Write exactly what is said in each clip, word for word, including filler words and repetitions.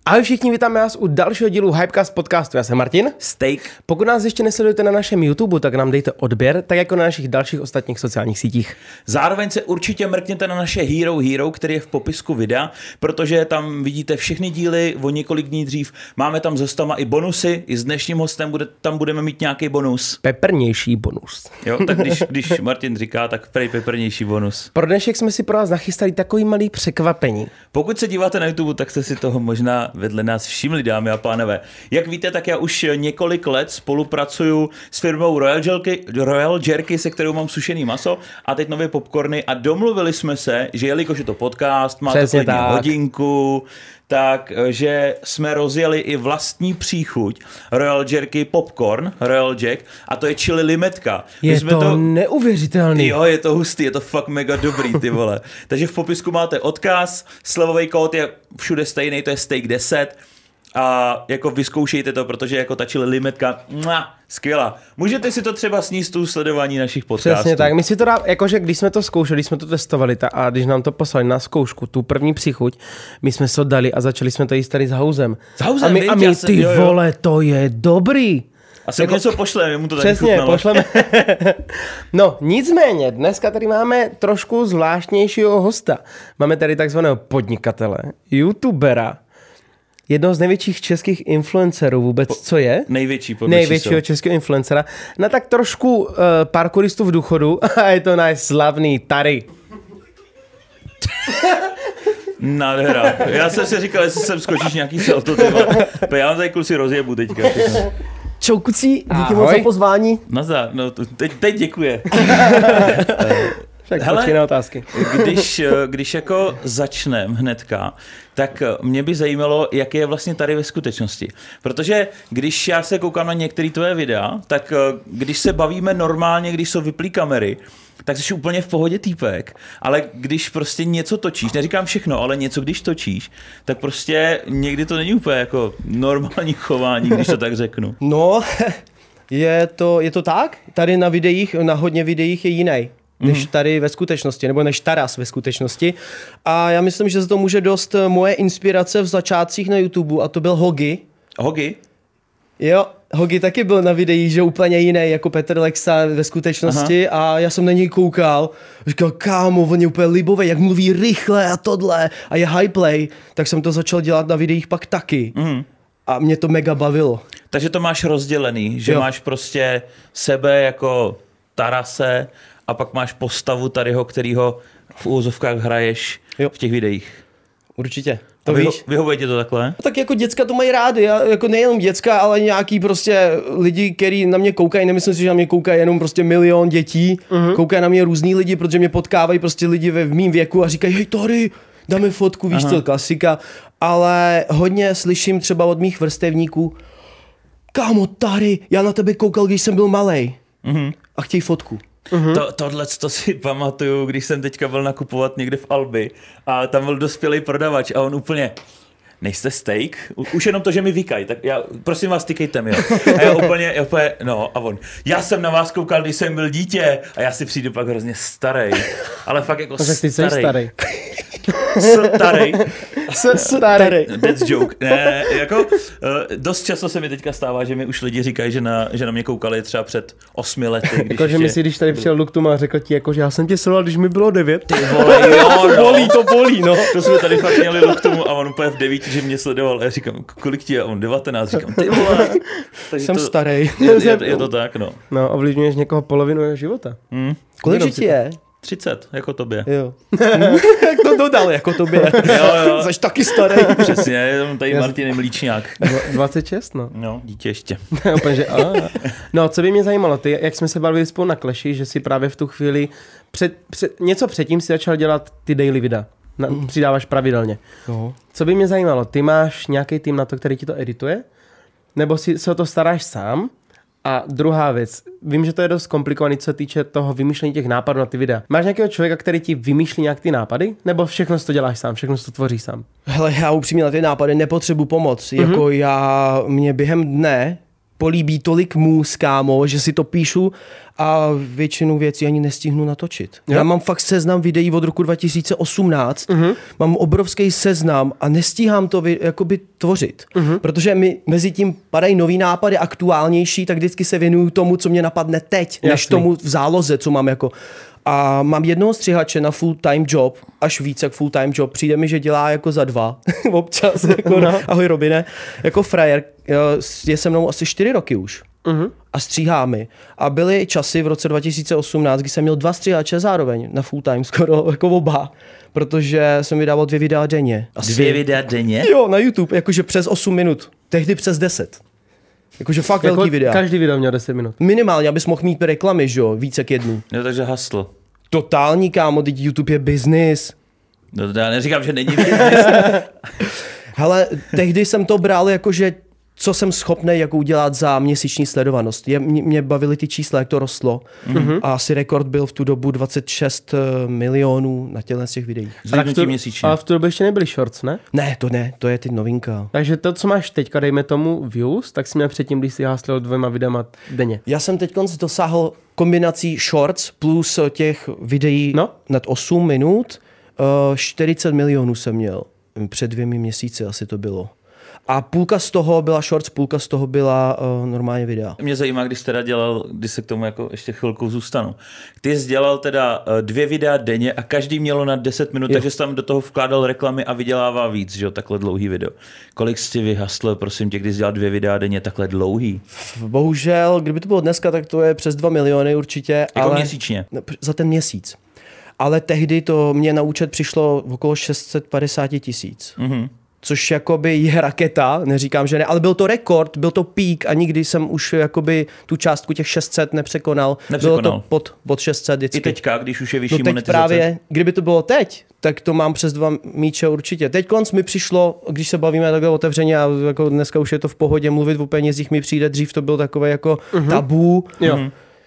Ahoj všichni, vítáme vás u dalšího dílu Hypecast podcastu. Já jsem Martin. Steak. Pokud nás ještě nesledujete na našem YouTube, tak nám dejte odběr, tak jako na našich dalších ostatních sociálních sítích. Zároveň se určitě mrkněte na naše Hero Hero, který je v popisku videa, protože tam vidíte všechny díly o několik dní dřív. Máme tam s hostama i bonusy, i s dnešním hostem bude, tam budeme mít nějaký bonus. Peprnější bonus. Jo, tak když, když Martin říká, tak prej peprnější bonus. Pro dnešek jsme si pro vás nachystali takový malý překvapení. Pokud se díváte na YouTube, tak jste si toho možná vedle nás všimli, dámy a pánové. Jak víte, tak já už několik let spolupracuju s firmou Royal Jerky, Royal Jerky, se kterou mám sušený maso a teď nové popcorny a domluvili jsme se, že jelikož je to podcast, má to klidně hodinku, tak že jsme rozjeli i vlastní příchuť Royal Jerky Popcorn, Royal Jack, a to je chili limetka. Je jsme to, to neuvěřitelný. Jo, je to hustý, je to fakt mega dobrý, ty vole. Takže v popisku máte odkaz, slevový kód je všude stejný, to je steak deset. A jako vyzkoušejte to, protože jako ta chili limetka, mua, skvělá. Můžete si to třeba sníst u sledování našich podcastů. Přesně tak, my si to dá, jakože když jsme to zkoušeli, když jsme to testovali ta, a když nám to poslali na zkoušku, tu první příchuť, my jsme se to dali a začali jsme to jíst tady s Hausem. S Hausem, a my, a my ty jo, jo. vole, to je dobrý. A sem jako, něco pošleme, mu to tady přesně, chutnalo. Pošleme. No, nicméně, dneska tady máme trošku zvláštnějšího hosta. Máme tady takzvaného podnikatele, youtubera, jednoho z největších českých influencerů vůbec, po, co je? Největší podle Největšího českého influencera. Na tak trošku uh, parkouristů v důchodu a je to náš slavný Tary. Nádhera. Já jsem si říkal, jestli sem skočíš nějaký salto, ty vole. Já vám tady kluci rozjebu teďka. Čau kucí, díky moc za pozvání. Nazdar, no teď, teď děkuje. Tak hele, na otázky. Když, když jako začneme hnedka, tak mě by zajímalo, jak je vlastně tady ve skutečnosti. Protože když já se koukám na některé tvoje videa, tak když se bavíme normálně, když jsou vyplý kamery, tak jsi úplně v pohodě týpek, ale když prostě něco točíš, neříkám všechno, ale něco když točíš, tak prostě někdy to není úplně jako normální chování, když to tak řeknu. No, je to, je to tak? Tady na videích, na hodně videích je jiný než tady ve skutečnosti, nebo než Taras ve skutečnosti. A já myslím, že za to může dost moje inspirace v začátcích na YouTube, a to byl Hogi. Hogi? Jo, Hogi taky byl na videích, že úplně jiný jako Petr Lexa ve skutečnosti. Aha. A já jsem na něj koukal, říkal, kámo, on je úplně libový, jak mluví rychle a tohle a je high play, tak jsem to začal dělat na videích pak taky. Mhm. A mě to mega bavilo. Takže to máš rozdělený, že jo. Máš prostě sebe jako Tarase a pak máš postavu tadyho, kterýho v úvozovkách hraješ jo. v těch videích. Určitě. To vyho- víš? Vyhovuje ti to takhle? Tak jako děcka to mají rádi, já, jako nejenom děcka, ale nějaký prostě lidi, kteří na mě koukají, nemyslím si, že na mě koukají jenom prostě milion dětí, uh-huh. koukají na mě různý lidi, protože mě potkávají prostě lidi ve v mým věku a říkají, hej Tory, dáme fotku, víš co, klasika, ale hodně slyším třeba od mých vrstevníků, kámo Tary, já na tebe koukal, když jsem byl malej uh-huh. a chtějí fotku. Uhum. To, tohle to si pamatuju, když jsem teďka byl nakupovat někde v Albi a tam byl dospělý prodavač a on úplně, nejste steak? Už jenom to, že mi vykají, tak já, prosím vás, tykejte mi, jo. A já úplně, já úplně, no a on, já jsem na vás koukal, když jsem byl dítě a já si přijdu pak hrozně starej, ale fakt jako starej. Ty jsi starej. Starej. Starej. That's joke. Ne, jako uh, dost často se mi teďka stává, že mi už lidi říkají, že na, že na mě koukali třeba před osmi lety. Jakože ještě... myslíš, když tady přijel Luktuma a řekl ti, jako, že já jsem tě sledoval, když mi bylo devět. Ty vole, jo, to no. bolí, to bolí, no. To jsme tady fakt měli Luktumu a on úplně v devíti, že mě sledoval. A já říkám, kolik ti je? A on devatenáct. Říkám, ty vole. Jsem to, starej. Je, je, je to tak, no. No, ovlivňuješ někoho polovinu jeho života. Hmm. Kolik ti je? třicet, jako tobě. Jo. Jak to dodal, jako tobě. Jo, jo. Zaž taky starý. Přesně, je tady Martin Mlíčňák. dvacet šest, no. No, dítě ještě. No, co by mě zajímalo, ty, jak jsme se bavili spolu na Clashi, že si právě v tu chvíli, před, před, něco předtím si začal dělat ty daily videa. Na, přidáváš pravidelně. No. Co by mě zajímalo, ty máš nějaký tým na to, který ti to edituje? Nebo si se o to staráš sám? A druhá věc, vím, že to je dost komplikovaný, co se týče toho vymýšlení těch nápadů na ty videa. Máš nějakého člověka, který ti vymýšlí nějak ty nápady? Nebo všechno si to děláš sám, všechno si to tvoříš sám? Hele, já upřímně na ty nápady nepotřebuji pomoc. Mm-hmm. Jako já, mě během dne políbí tolik můz, kámo, že si to píšu a většinu věcí ani nestihnu natočit. Jo? Já mám fakt seznam videí od roku dva tisíce osmnáct, uh-huh. mám obrovský seznam a nestíhám to vy, jakoby tvořit. Uh-huh. Protože mi mezi tím padají nový nápady, aktuálnější, tak vždycky se věnuju tomu, co mě napadne teď, Jasný. než tomu v záloze, co mám jako... A mám jednoho střihače na full-time job, až víc jak full-time job. Přijde mi, že dělá jako za dva občas. Jako, no. Ahoj Robine. Jako frajer je se mnou asi čtyři roky už. Uh-huh. A stříhá mi. A byly časy v roce dva tisíce osmnáct, kdy jsem měl dva stříhače zároveň na full-time, skoro jako oba. Protože jsem vydával dvě videa denně. Asi. Dvě videa denně? Jo, na YouTube, jakože přes osm minut. Tehdy přes deset. Jakože fakt jako velký videa. Každý video měl deset minut. Minimálně, abys mohl mít reklamy, že jo, více jak jednu. No takže hasl. Totální, kámo, teď YouTube je business. No to já neříkám, že není business. Hele, tehdy jsem to bral jakože co jsem schopný jako udělat za měsíční sledovanost. Je, mě, mě bavily ty čísla, jak to rostlo. Mm-hmm. A asi rekord byl v tu dobu dvacet šest milionů na těchto z těch videí. Zlídnutí měsíčně. Ale v tu dobu ještě nebyly shorts, ne? Ne, to ne, to je teď novinka. Takže to, co máš teďka, dejme tomu views, tak jsi měl předtím, když si háslil dvěma videama denně. Já jsem teď dosáhl kombinací shorts plus těch videí no? nad osm minut. čtyřicet milionů jsem měl. Před dvěmi měsíci asi to bylo. A půlka z toho byla shorts, půlka z toho byla uh, normálně videa. Mě zajímá, když teda dělal, když se k tomu jako ještě chvilku zůstanu. Ty jsi dělal teda uh, dvě videa denně a každý mělo na deset minut, jo. takže jsi tam do toho vkládal reklamy a vydělává víc, že jo, takhle dlouhý video. Kolik jsi vyhasl, prosím tě, když jsi dělal dvě videa denně takhle dlouhý? Bohužel, kdyby to bylo dneska, tak to je přes dva miliony určitě. Jako ale... měsíčně? Za ten měsíc. Ale tehdy to mě na účet přišlo okolo šest set padesát tisíc. Mhm. Což jakoby je raketa, neříkám, že ne, ale byl to rekord, byl to pík a nikdy jsem už jakoby tu částku těch šest set nepřekonal. nepřekonal. Bylo to pod, pod šest set vždycky. I teďka, když už je vyšší no teď monetizace. Právě, kdyby to bylo teď, tak to mám přes dva míče určitě. Teď konc mi přišlo, když se bavíme takhle otevřeně a jako dneska už je to v pohodě, mluvit o penězích mi přijde, dřív to byl takové jako uh-huh. tabu. Jo.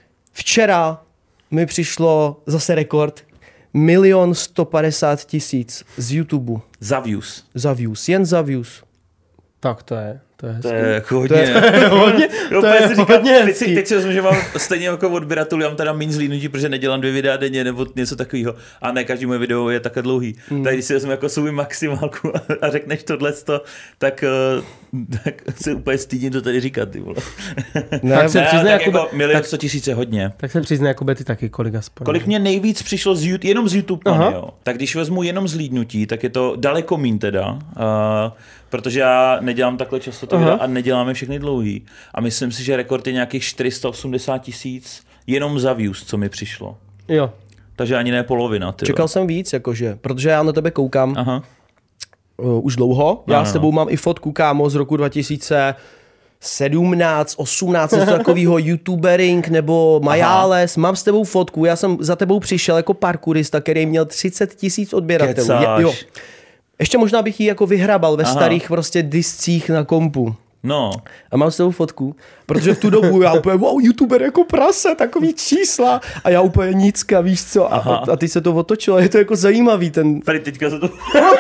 Včera mi přišlo zase rekord, milion sto padesát tisíc z YouTube. Za views. Za views, jen za views. Tak to je, to je To je jako hodně. To je hodně, jo, to je říkám, hodně teď, si, teď si rozumím, že mám stejně jako odběratel, já mám teda méně zlídnutí, protože nedělám dvě videa denně nebo něco takového. A ne každý moje video je takhle dlouhý. Mm. Tak když si vezmu jako svou maximálku a řekneš tohleto, tak, tak se úplně stydím to tady říkat, ty vole. Ne, tak se přiznej, tak jako, jako milion sto tisíc je hodně. Tak se přiznej, jako ty taky kolik aspoň. Kolik mě nejvíc přišlo z YouTube, jenom z YouTube, man, jo. Tak když vezmu jenom zlídnutí, tak je to daleko míň teda. Uh, protože já nedělám takhle často to videa a neděláme všechny dlouhý. A myslím si, že rekord je nějakých čtyři sta osmdesát tisíc jenom za views, co mi přišlo. Jo. Takže ani ne polovina. Tyjo. Čekal jsem víc, jakože, protože já na tebe koukám Aha. Uh, už dlouho. Já ano, s tebou mám i fotku, kámo, z roku dva tisíce sedmnáct, osmnáct, něco takového, youtubering nebo Majáles. Mám s tebou fotku, já jsem za tebou přišel jako parkourista, který měl třicet tisíc odběratelů. Je, jo. Ještě možná bych ji jako vyhrabal ve Aha. starých prostě discích na kompu. No. A mám s tebou fotku, protože v tu dobu já úplně, wow, youtuber jako prase, takový čísla a já úplně nicka, víš co, a, a ty se to otočilo, je to jako zajímavý ten... Tady teďka se to...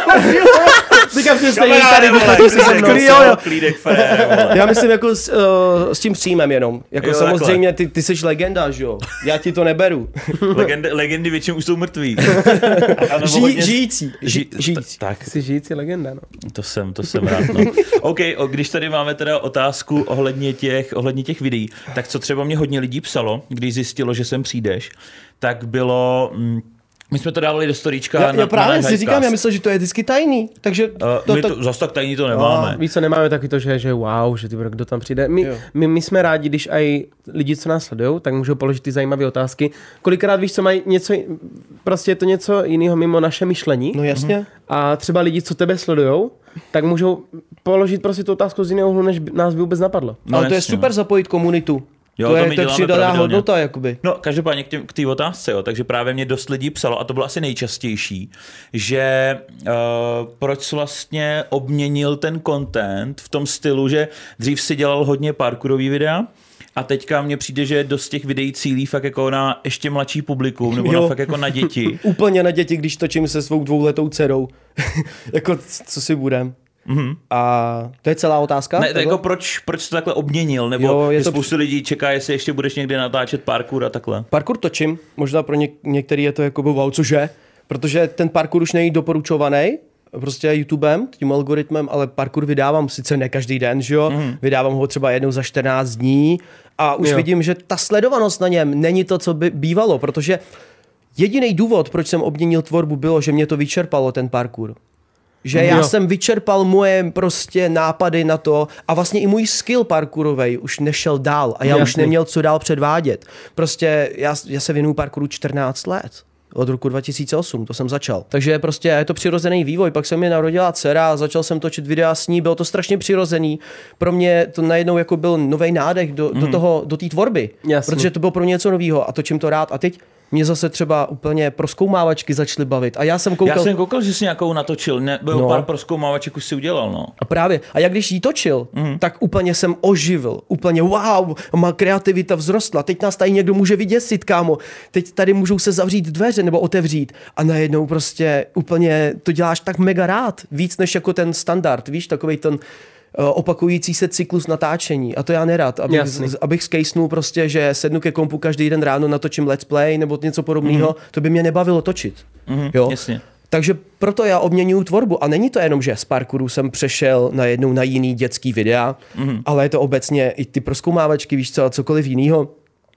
Říkám, že jste tady Já myslím jako s, uh, s tím příjmem jenom, jako jo, samozřejmě ty, ty jsi legenda, že jo, já ti to neberu. Legendy, legendy většinou už jsou mrtví. Ži, hodně... Žijící, ži, žijící. Tak jsi žijící legenda, no. To jsem, to jsem rád, no. OK, když tady máme teda otázku ohledně těch, ohledně těch videí, tak co třeba mě hodně lidí psalo, když zjistilo, že sem přijdeš, tak bylo... Mm, my jsme to dávali do storíčka. Já, já právě si říkám, já myslím, že to je vždycky tajný, takže... To, uh, my to, to, zas tak tajný to nemáme. No, víc co nemáme taky to, že, že wow, že ty kdo tam přijde. My, my, my jsme rádi, když aj lidi, co nás sledují, tak můžou položit ty zajímavé otázky. Kolikrát víš, co mají něco, prostě je to něco jiného mimo naše myšlení. No jasně. A třeba lidi, co tebe sledujou, tak můžou položit prostě tu otázku z jiného úhlu, než nás by vůbec napadlo. No, ale jasně. To je super zapojit komunitu. Jo, to, to je, to je přidaná hodnota, jakoby. No, každopádně k té otázce, jo, takže právě mě dost lidí psalo, a to bylo asi nejčastější, že uh, proč vlastně obměnil ten content v tom stylu, že dřív si dělal hodně parkourový videa, a teďka mně přijde, že dost těch videí cílí fakt jako na ještě mladší publikum, nebo jo. na fakt jako na děti. Úplně na děti, když točím se svou dvouletou dcerou. Jako, co si budem. Mm-hmm. A to je celá otázka? Ne, to jako proč, proč jsi to takhle obměnil? Nebo jo, je to spoustu při... lidí čeká, jestli ještě budeš někdy natáčet parkour a takhle. Parkour točím, možná pro něk- některý je to jako wow, cože? Protože ten parkour už není doporučovaný, prostě YouTubem, tím algoritmem, ale parkour vydávám sice ne každý den, že jo? Mm. Vydávám ho třeba jednou za čtrnáct dní a už jo. vidím, že ta sledovanost na něm není to, co by bývalo, protože jediný důvod, proč jsem obměnil tvorbu, bylo, že mě to vyčerpalo, ten parkour. Že já jo. jsem vyčerpal moje prostě nápady na to a vlastně i můj skill parkourovej už nešel dál a já Jasný. už neměl co dál předvádět. Prostě já, já se věnuju parkouru čtrnáct let. Od roku dva tisíce osm, to jsem začal. Takže prostě je to přirozený vývoj, pak se mi narodila dcera a začal jsem točit videa s ní, bylo to strašně přirozený. Pro mě to najednou jako byl nový nádech do, mm. do toho, do té tvorby. Jasný. Protože to bylo pro mě něco nového a točím to rád. A teď mě zase třeba úplně prozkoumávačky začaly bavit. A já jsem koukal... Já jsem koukal, že jsi nějakou natočil, ne? Bylo no. pár prozkoumávaček už si udělal, no. A právě. A jak když jí točil, mm. tak úplně jsem oživil. Úplně wow, má kreativita vzrostla. Teď nás tady někdo může vyděsit, kámo. Teď tady můžou se zavřít dveře nebo otevřít. A najednou prostě úplně to děláš tak mega rád. Víc než jako ten standard, víš, takovej ten opakující se cyklus natáčení a to já nerad, abych, abych skejsnul prostě, že sednu ke kompu každý den ráno, natočím let's play nebo něco podobného, mm-hmm. to by mě nebavilo točit. Mm-hmm, jo? Jasně. Takže proto já obměňuju tvorbu a není to jenom, že z parkouru jsem přešel najednou na jiný dětský videa, mm-hmm. ale je to obecně i ty prozkoumávačky, víš co, a cokoliv jinýho.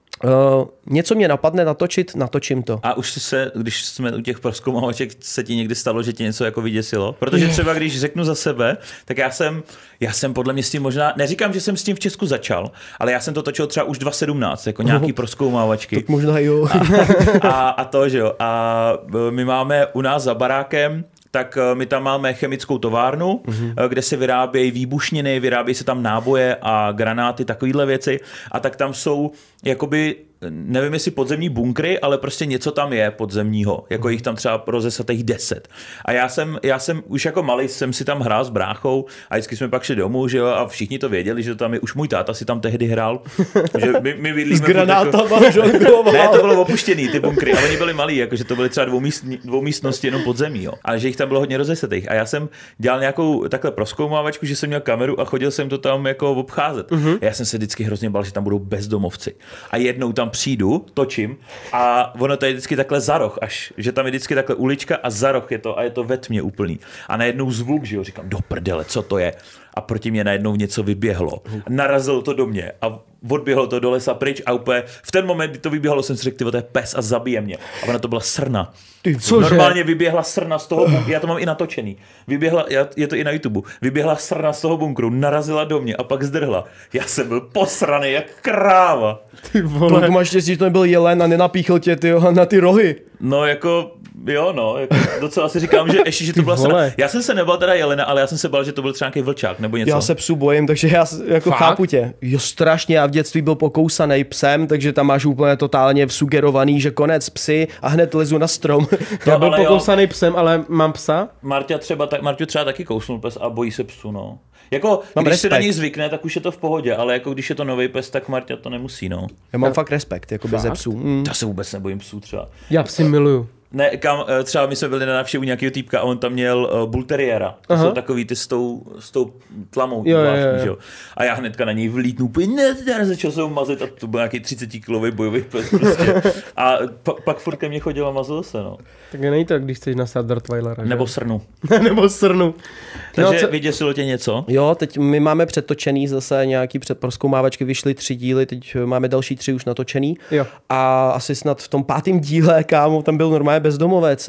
Uh, něco mě napadne natočit, natočím to. A už se, když jsme u těch prozkoumávaček, se ti někdy stalo, že ti něco jako vyděsilo? Protože třeba když řeknu za sebe, tak já jsem, já jsem podle mě s tím možná, neříkám, že jsem s tím v Česku začal, ale já jsem to točil třeba už dva tisíce sedmnáct, jako nějaký prozkoumávačky. Tak možná jo. A, a, a to, že jo. A my máme u nás za barákem, tak my tam máme chemickou továrnu, mm-hmm. kde se vyrábějí výbušniny, vyrábějí se tam náboje a granáty, takovýhle věci. A tak tam jsou jakoby, nevím jestli podzemní bunkry, ale prostě něco tam je podzemního. Jako jich tam třeba rozesatých deset. A já jsem, já jsem už jako malý jsem si tam hrál s bráchou a vždycky jsme pak šli domů, že jo, a všichni to věděli, že to tam je. Už můj táta si tam tehdy hrál. Že my, my bydlíme s granátama, jako... Ne, to bylo opuštěný, ty bunkry, ale oni byli malí, jakože to byly třeba dvoumístní, dvoumístnosti jenom podzemí, jo. Ale že jich tam bylo hodně rozesetých. A já jsem dělal nějakou takhle prozkoumávačku, že jsem měl kameru a chodil jsem to tam jako obcházet. Mm-hmm. A já jsem se vždycky hrozně bál, že tam budou bezdomovci. A jednou tam přijdu, točím a ono to je vždycky takhle za roh, až, že tam je vždycky takhle ulička a za roh je to a je to ve tmě úplný. A najednou zvuk, že jo, říkám, do prdele, co to je? A proti mě najednou něco vyběhlo. Narazilo to do mě a odběhlo to do lesa pryč a úplně v ten moment, kdy to vyběhlo, jsem si řekl, ty, to je pes a zabije mě. A ona to byla srna. Ty, cože? Normálně vyběhla srna z toho bunkru, já to mám i natočený. Vyběhla, je to i na YouTube. Vyběhla srna z toho bunkru, narazila do mě a pak zdrhla. Já jsem byl posraný jak kráva. Ty vole. To máš štěstí, že to nebyl jelen a nenapíchl tě ty, na ty rohy. No jako, jo no, jako docela si říkám, že ještě, že to byla srna. Já jsem se nebal teda jelena, ale já jsem se bál, že to byl třeba nějaký vlčák nebo něco. Já se psů bojím, takže já jako Fakt? chápu tě. Jo, strašně, já v dětství byl pokousaný psem, takže tam máš úplně totálně vsugerovaný, že konec psy a hned lezu na strom. Já byl pokousaný psem, ale mám psa. Marťa třeba, tak, Marťu třeba taky kousnul pes a bojí se psů, no. Jako, mám když respekt. Se na něj zvykne, tak už je to v pohodě, ale jako když je to nový pes, tak Marťa to nemusí, no. Já mám já... fakt respekt, jako bez psů. Mm. Já se vůbec nebojím psů třeba. Já psy miluju. Ne, kam, třeba my jsme byli na návštěvu nějakého týpka a on tam měl uh, bull terriera. To jsou takový ty s tou, s tou tlamou. Jo, jo, jo. A já hnedka na něj vlítnu, úplně ne, začal se ho mazit a to byl nějaký třicetikilový bojový pes prostě. A pa, pak furt ke mně chodil a mazil se, no. Tak není to, když chceš nasát Darthweilera, Nebo srnu. Nebo srnu. Takže no, co... vyděsilo tě něco? Jo, teď my máme předtočený zase nějaký předprozkoumávačky, vyšly tři díly, teď máme další tři už natočený. Jo. A asi snad v tom pátém díle, kámo, tam byl normálně bezdomovec.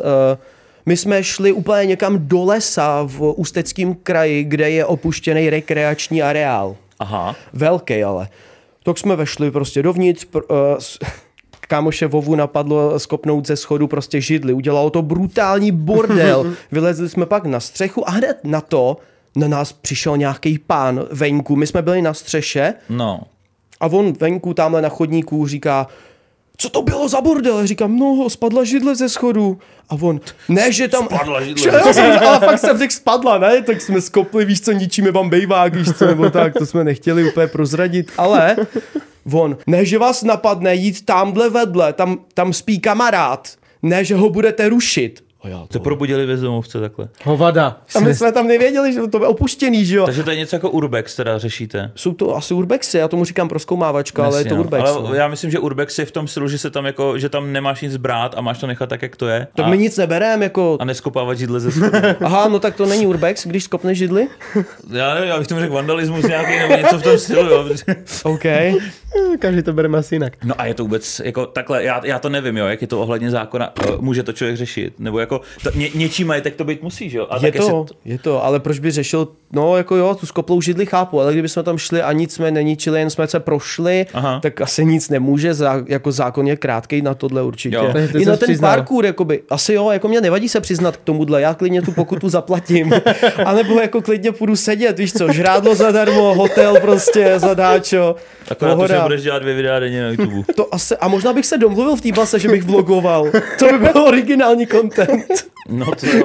My jsme šli úplně někam do lesa v Ústeckém kraji, kde je opuštěný rekreační areál. Aha. Velký ale. Tak jsme vešli prostě dovnitř, pr- uh, kámoše Vovu napadlo skopnout ze schodu prostě židli. Udělalo to brutální bordel. Vylezli jsme pak na střechu a hned na to na nás přišel nějaký pán venku. My jsme byli na střeše. No. A on venku tamhle na chodníku říká, co to bylo za bordel? Říkám, no, spadla židle ze schodu. A on, ne, že tam... Spadla židle. Ale fakt jsem řekl, spadla, ne? Tak jsme skopli, víš co, ničíme vám bejvák, víš co, nebo tak, to jsme nechtěli úplně prozradit, ale on, ne, že vás napadne jít tamhle vedle, tam, tam spí kamarád, ne, že ho budete rušit. A já To probudili bezdomovce takhle. Hovada. A my jsme tam nevěděli, že to je opuštěný, že jo. Takže to je něco jako urbex, teda řešíte. Jsou to asi urbexy, já tomu říkám prozkoumávačka, ale je to no. urbex. Ale no. já myslím, že urbex je v tom stylu, že se tam jako, že tam nemáš nic brát a máš to nechat tak, jak to je. Tak a, my nic nebereme, jako... a neskopávat židle ze schodu. Aha, no tak to není urbex, když skopneš židli? Já nevím, já bych tomu řekl vandalismus nějaký nebo něco v tom stylu, jo. OK. Každý to bereme asi jinak. No a je to vůbec, jako takhle, já, já to nevím, jo, jak je to ohledně zákona, může to člověk řešit, nebo jako, to, ně, něčí majetek to být musí, že jo? A Je tak to, to... je to, ale proč by řešil, no jako jo, tu skoplou židli chápu, ale kdyby jsme tam šli a nic jsme neničili, jen jsme se prošli, Aha. tak asi nic nemůže, zá, jako zákon je krátkej na tohle určitě. Jo. I na ten parkour, jakoby, asi jo, jako mě nevadí se přiznat k tomuhle, já klidně tu pokutu zaplatím, anebo jako klidně půjdu sedět, víš co, žrádlo zadarmo, hotel prostě zadáčo. Akorát to, že budeš dělat dvě videa denně na YouTube. To asi, a možná bych se domluvil v té base, že bych vlogoval. To by byl originální content. No to jo.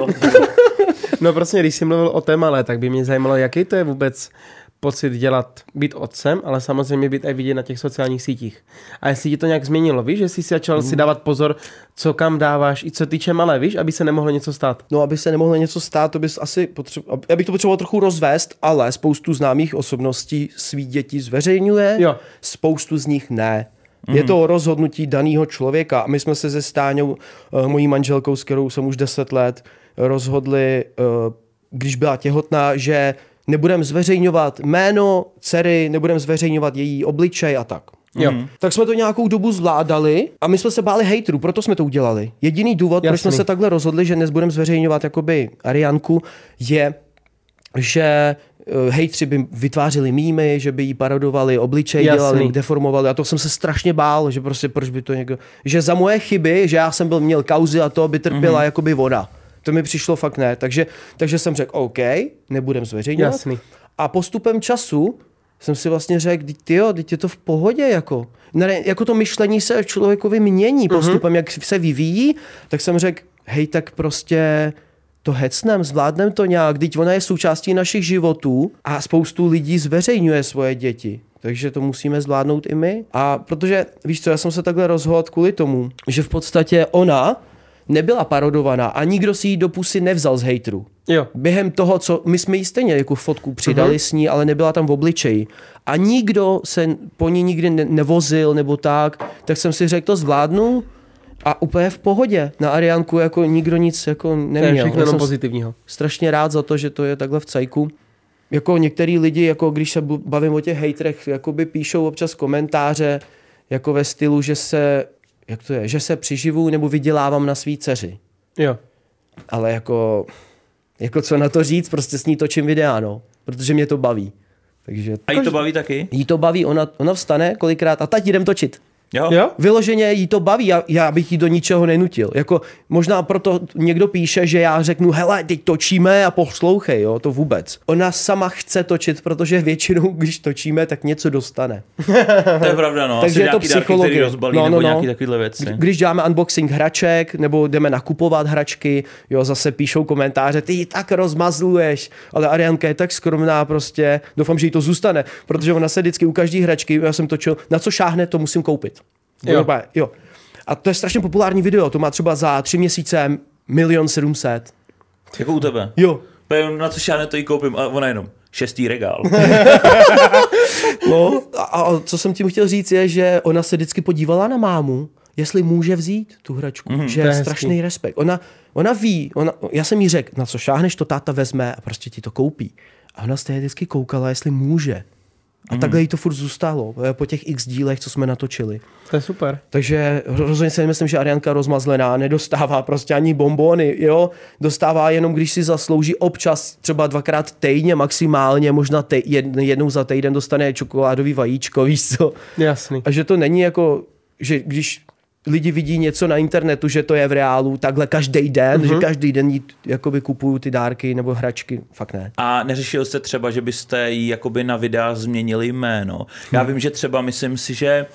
No prostě, když jsi mluvil o té malé, tak by mě zajímalo, jaký to je vůbec pocit dělat, být otcem, ale samozřejmě být i vidět na těch sociálních sítích. A jestli ti to nějak změnilo, víš, že jsi si začal si dávat pozor, co kam dáváš, i co týče malé, víš, aby se nemohlo něco stát. No, aby se nemohlo něco stát, to bys asi potřeboval, já bych to potřeboval trochu rozvést, ale spoustu známých osobností svý děti zveřejňuje, Jo. spoustu z nich ne. Je to rozhodnutí daného člověka. My jsme se se Stáňou, uh, mojí manželkou, s kterou jsem už deset let, rozhodli, uh, když byla těhotná, že nebudeme zveřejňovat jméno dcery, nebudeme zveřejňovat její obličej a tak. Jo. Mm. Tak jsme to nějakou dobu zvládali a my jsme se báli hejterů, proto jsme to udělali. Jediný důvod, Jasný. proč jsme se takhle rozhodli, že dnes budeme zveřejňovat jakoby Ariánku, je, že uh, hejtři by vytvářeli mýmy, že by jí parodovali, obličej Jasný. dělali, deformovali a to jsem se strašně bál, že prostě proč by to někdo... Že za moje chyby, že já jsem byl, měl kauzy a to by trpěla mm-hmm. jakoby voda. To mi přišlo fakt ne. Takže, takže jsem řekl, OK, nebudem zveřejňovat. Jasný. A postupem času jsem si vlastně řekl, tyjo, teď je to v pohodě, jako. Ne, jako to myšlení se člověkovi mění postupem, mm-hmm. jak se vyvíjí, tak jsem řekl, hej, tak prostě to hecnem, zvládnem to nějak, teď ona je součástí našich životů a spoustu lidí zveřejňuje svoje děti. Takže to musíme zvládnout i my. A protože, víš co, já jsem se takhle rozhodl kvůli tomu, že v podstatě ona nebyla parodovaná a nikdo si ji do pusy nevzal z hejtru. Jo. Během toho, co my jsme jí stejně jako fotku přidali uh-huh. s ní, ale nebyla tam v obličeji. A nikdo se po ní nikdy ne- nevozil nebo tak, tak jsem si řekl, to zvládnu a úplně v pohodě. Na Ariánku jako nikdo nic jako neměl. To je všechno Já jenom jsem pozitivního. strašně rád za to, že to je takhle v cajku. Jako některý lidi, jako když se bavím o těch hejtrech, jakoby píšou občas komentáře jako ve stylu, že se, jak to je, že se přiživu nebo vydělávám na svý dceři. Jo. Ale jako, jako co na to říct, prostě s ní točím videa, no. Protože mě to baví. Takže, A jí to baví taky? jí to baví, ona, ona vstane kolikrát a teď jdem točit. Jo? Jo? Vyloženě jí to baví, já, já bych jí do ničeho nenutil. Jako, možná proto někdo píše, že já řeknu, hele, teď točíme a poslouchej, jo, to vůbec. Ona sama chce točit, protože většinou, když točíme, tak něco dostane. To je pravda, no. Takže Asi je to nějaký dárky, psychologie. který rozbalí, No, no, nebo no. nějaký takovýhle věci. Když děláme unboxing hraček, nebo jdeme nakupovat hračky, jo, zase píšou komentáře, ty ji tak rozmazluješ, ale Ariánka je tak skromná prostě, doufám, že jí to zůstane, protože ona se vždycky u každé hračky, já jsem točil, na co šáhne, to musím koupit. Jo. jo. A to je strašně populární video, to má třeba za tři měsíce milion sedmset. Jako u tebe. Jo. Na co šáhne, to jí koupím a ona jenom šestý regál. No, a, a co jsem tím chtěl říct je, že ona se vždycky podívala na mámu, jestli může vzít tu hračku, mm, že je strašný respekt. Ona, ona ví, ona, já jsem jí řekl, na co šáhneš, to táta vezme a prostě ti to koupí. A ona stejně vždycky koukala, jestli může. A mm. takhle jí to furt zůstalo po těch x dílech, co jsme natočili. To je super. Takže rozhodně si nemyslím, že Ariánka rozmazlená nedostává prostě ani bonbony, jo. Dostává jenom, když si zaslouží občas, třeba dvakrát týdně maximálně, možná tej, jednou za týden dostane čokoládový vajíčko, víš co. Jasný. A že to není jako, že když lidi vidí něco na internetu, že to je v reálu takhle každý den, mm-hmm. že každý den jí jakoby kupují ty dárky nebo hračky, fakt ne. A neřešil jste třeba, že byste jí jakoby na videa změnili jméno? Já vím, že třeba myslím si, že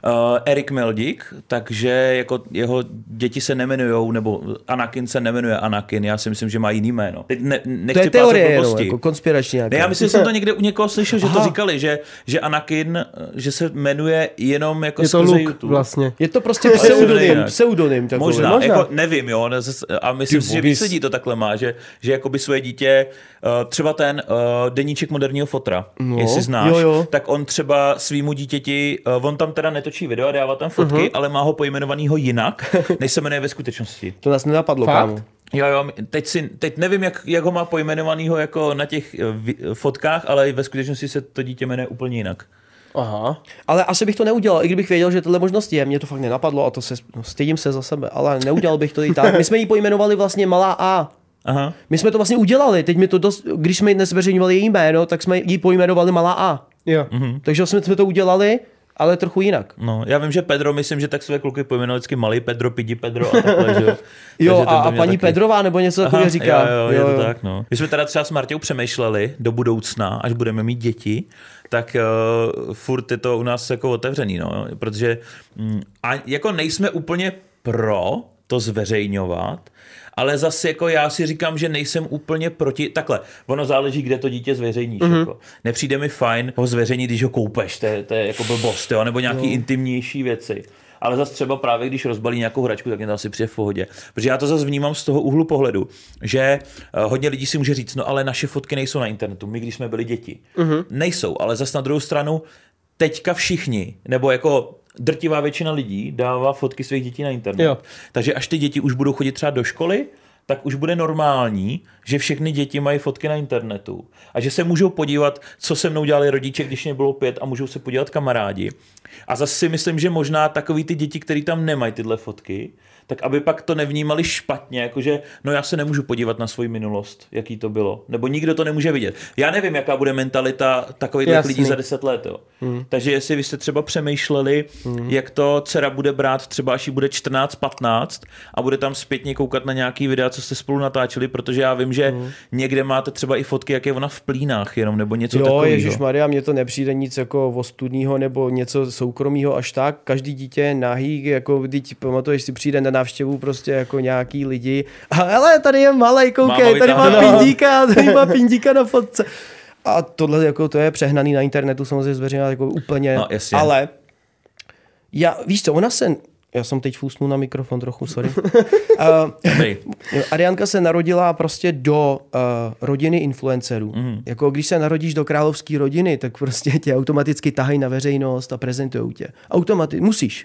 Erik Meldík, takže jako jeho děti se nemenujou, nebo Anakin se nemenuje Anakin, já si myslím, že má jiný jméno. Teď ne, nechci to je teorie, jenom, jako konspirační. Ne, já myslím, že jsem to někde u někoho slyšel, že Aha. to říkali, že, že Anakin, že se jmenuje jenom jako je to skrze Luke, YouTube. Vlastně. Je to prostě pseudonym, pseudonym. Možná, Možná. Jako, nevím, jo, a myslím Ty si, že víc lidí to takhle má, že, že jakoby svoje dítě, třeba ten deníček moderního fotra, no, jestli znáš, jo, jo. tak on třeba svýmu dítěti, on tam teda netočí video a dává tam fotky, uh-huh. ale má ho pojmenovanýho jinak, než se jmenuje ve skutečnosti. To nás nenapadlo, kámo. Jo, jo, teď, si, teď nevím, jak, jak ho má pojmenovanýho jako na těch fotkách, ale ve skutečnosti se to dítě jmenuje úplně jinak. Aha. Ale asi bych to neudělal, i kdybych věděl, že tohle možnost je. Mně to fakt nenapadlo a to se, no, stydím se za sebe, ale neudělal bych to i tak. My jsme ji pojmenovali vlastně malá A. Aha. My jsme to vlastně udělali, teď mi to dost, když jsme dnes zveřejňovali její jméno, tak jsme ji pojmenovali malá A. Jo. Mhm. Takže jsme, jsme to udělali, ale trochu jinak. No, já vím, že Pedro, myslím, že tak své kluky pojmenoval vždycky malý Pedro, Pidi Pedro a takhle, že jo. Jo, a, a paní taky... Pedrová nebo něco takového říká. Jo, jo, je to jo. tak, no. My jsme teda třeba s Martěou přemýšleli do budoucna, až budeme mít děti, tak uh, furt je to u nás jako otevřený, no, protože mm, a jako nejsme úplně pro to zveřejňovat, ale zase jako já si říkám, že nejsem úplně proti, takhle, ono záleží, kde to dítě zveřejníš, mm-hmm. jako. Nepřijde mi fajn ho zveřejnit, když ho koupeš, to je, to je jako blbost, jo, nebo nějaký no. intimnější věci. Ale zase třeba právě, když rozbalí nějakou hračku, tak mě to asi přijde v pohodě. Protože já to zase vnímám z toho úhlu pohledu, že hodně lidí si může říct, no ale naše fotky nejsou na internetu, my když jsme byli děti. Mm-hmm. Nejsou, ale zase na druhou stranu teďka všichni, nebo jako drtivá většina lidí dává fotky svých dětí na internet. Jo. Takže až ty děti už budou chodit třeba do školy, tak už bude normální, že všechny děti mají fotky na internetu a že se můžou podívat, co se mnou dělali rodiče, když mě bylo pět a můžou se podívat kamarádi. A zase si myslím, že možná takový ty děti, který tam nemají tyhle fotky, tak aby pak to nevnímali špatně, jakože no já se nemůžu podívat na svou minulost, jaký to bylo, nebo nikdo to nemůže vidět. Já nevím, jaká bude mentalita takových lidí za deset let. Jo. Hmm. Takže jestli vy jste třeba přemýšleli, hmm. jak to dcera bude brát třeba až jí bude čtrnáct patnáct a bude tam zpětně koukat na nějaký videa, co jste spolu natáčeli, protože já vím, že hmm. někde máte třeba i fotky, jak je ona v plínách jenom, nebo něco takového. Jo, ježišmarja, mně to nepřijde nic jako ostudného nebo něco soukromého až tak. Každý dítě je nahý, jako teď pamatuješ, si přijde na návštěvu prostě jako nějaký lidi. A hele, tady je malej, koukej, tady má pindíka, tady má pindíka na fotce. A tohle jako to je přehnaný na internetu, samozřejmě zveřejňovat jako úplně, no, ale já, víš co, ona se, já jsem teď fůsnul na mikrofon trochu, sorry. uh, Ariánka se narodila prostě do uh, rodiny influencerů. Mm. Jako když se narodíš do královské rodiny, tak prostě tě automaticky tahají na veřejnost a prezentujou tě. Automaticky, musíš.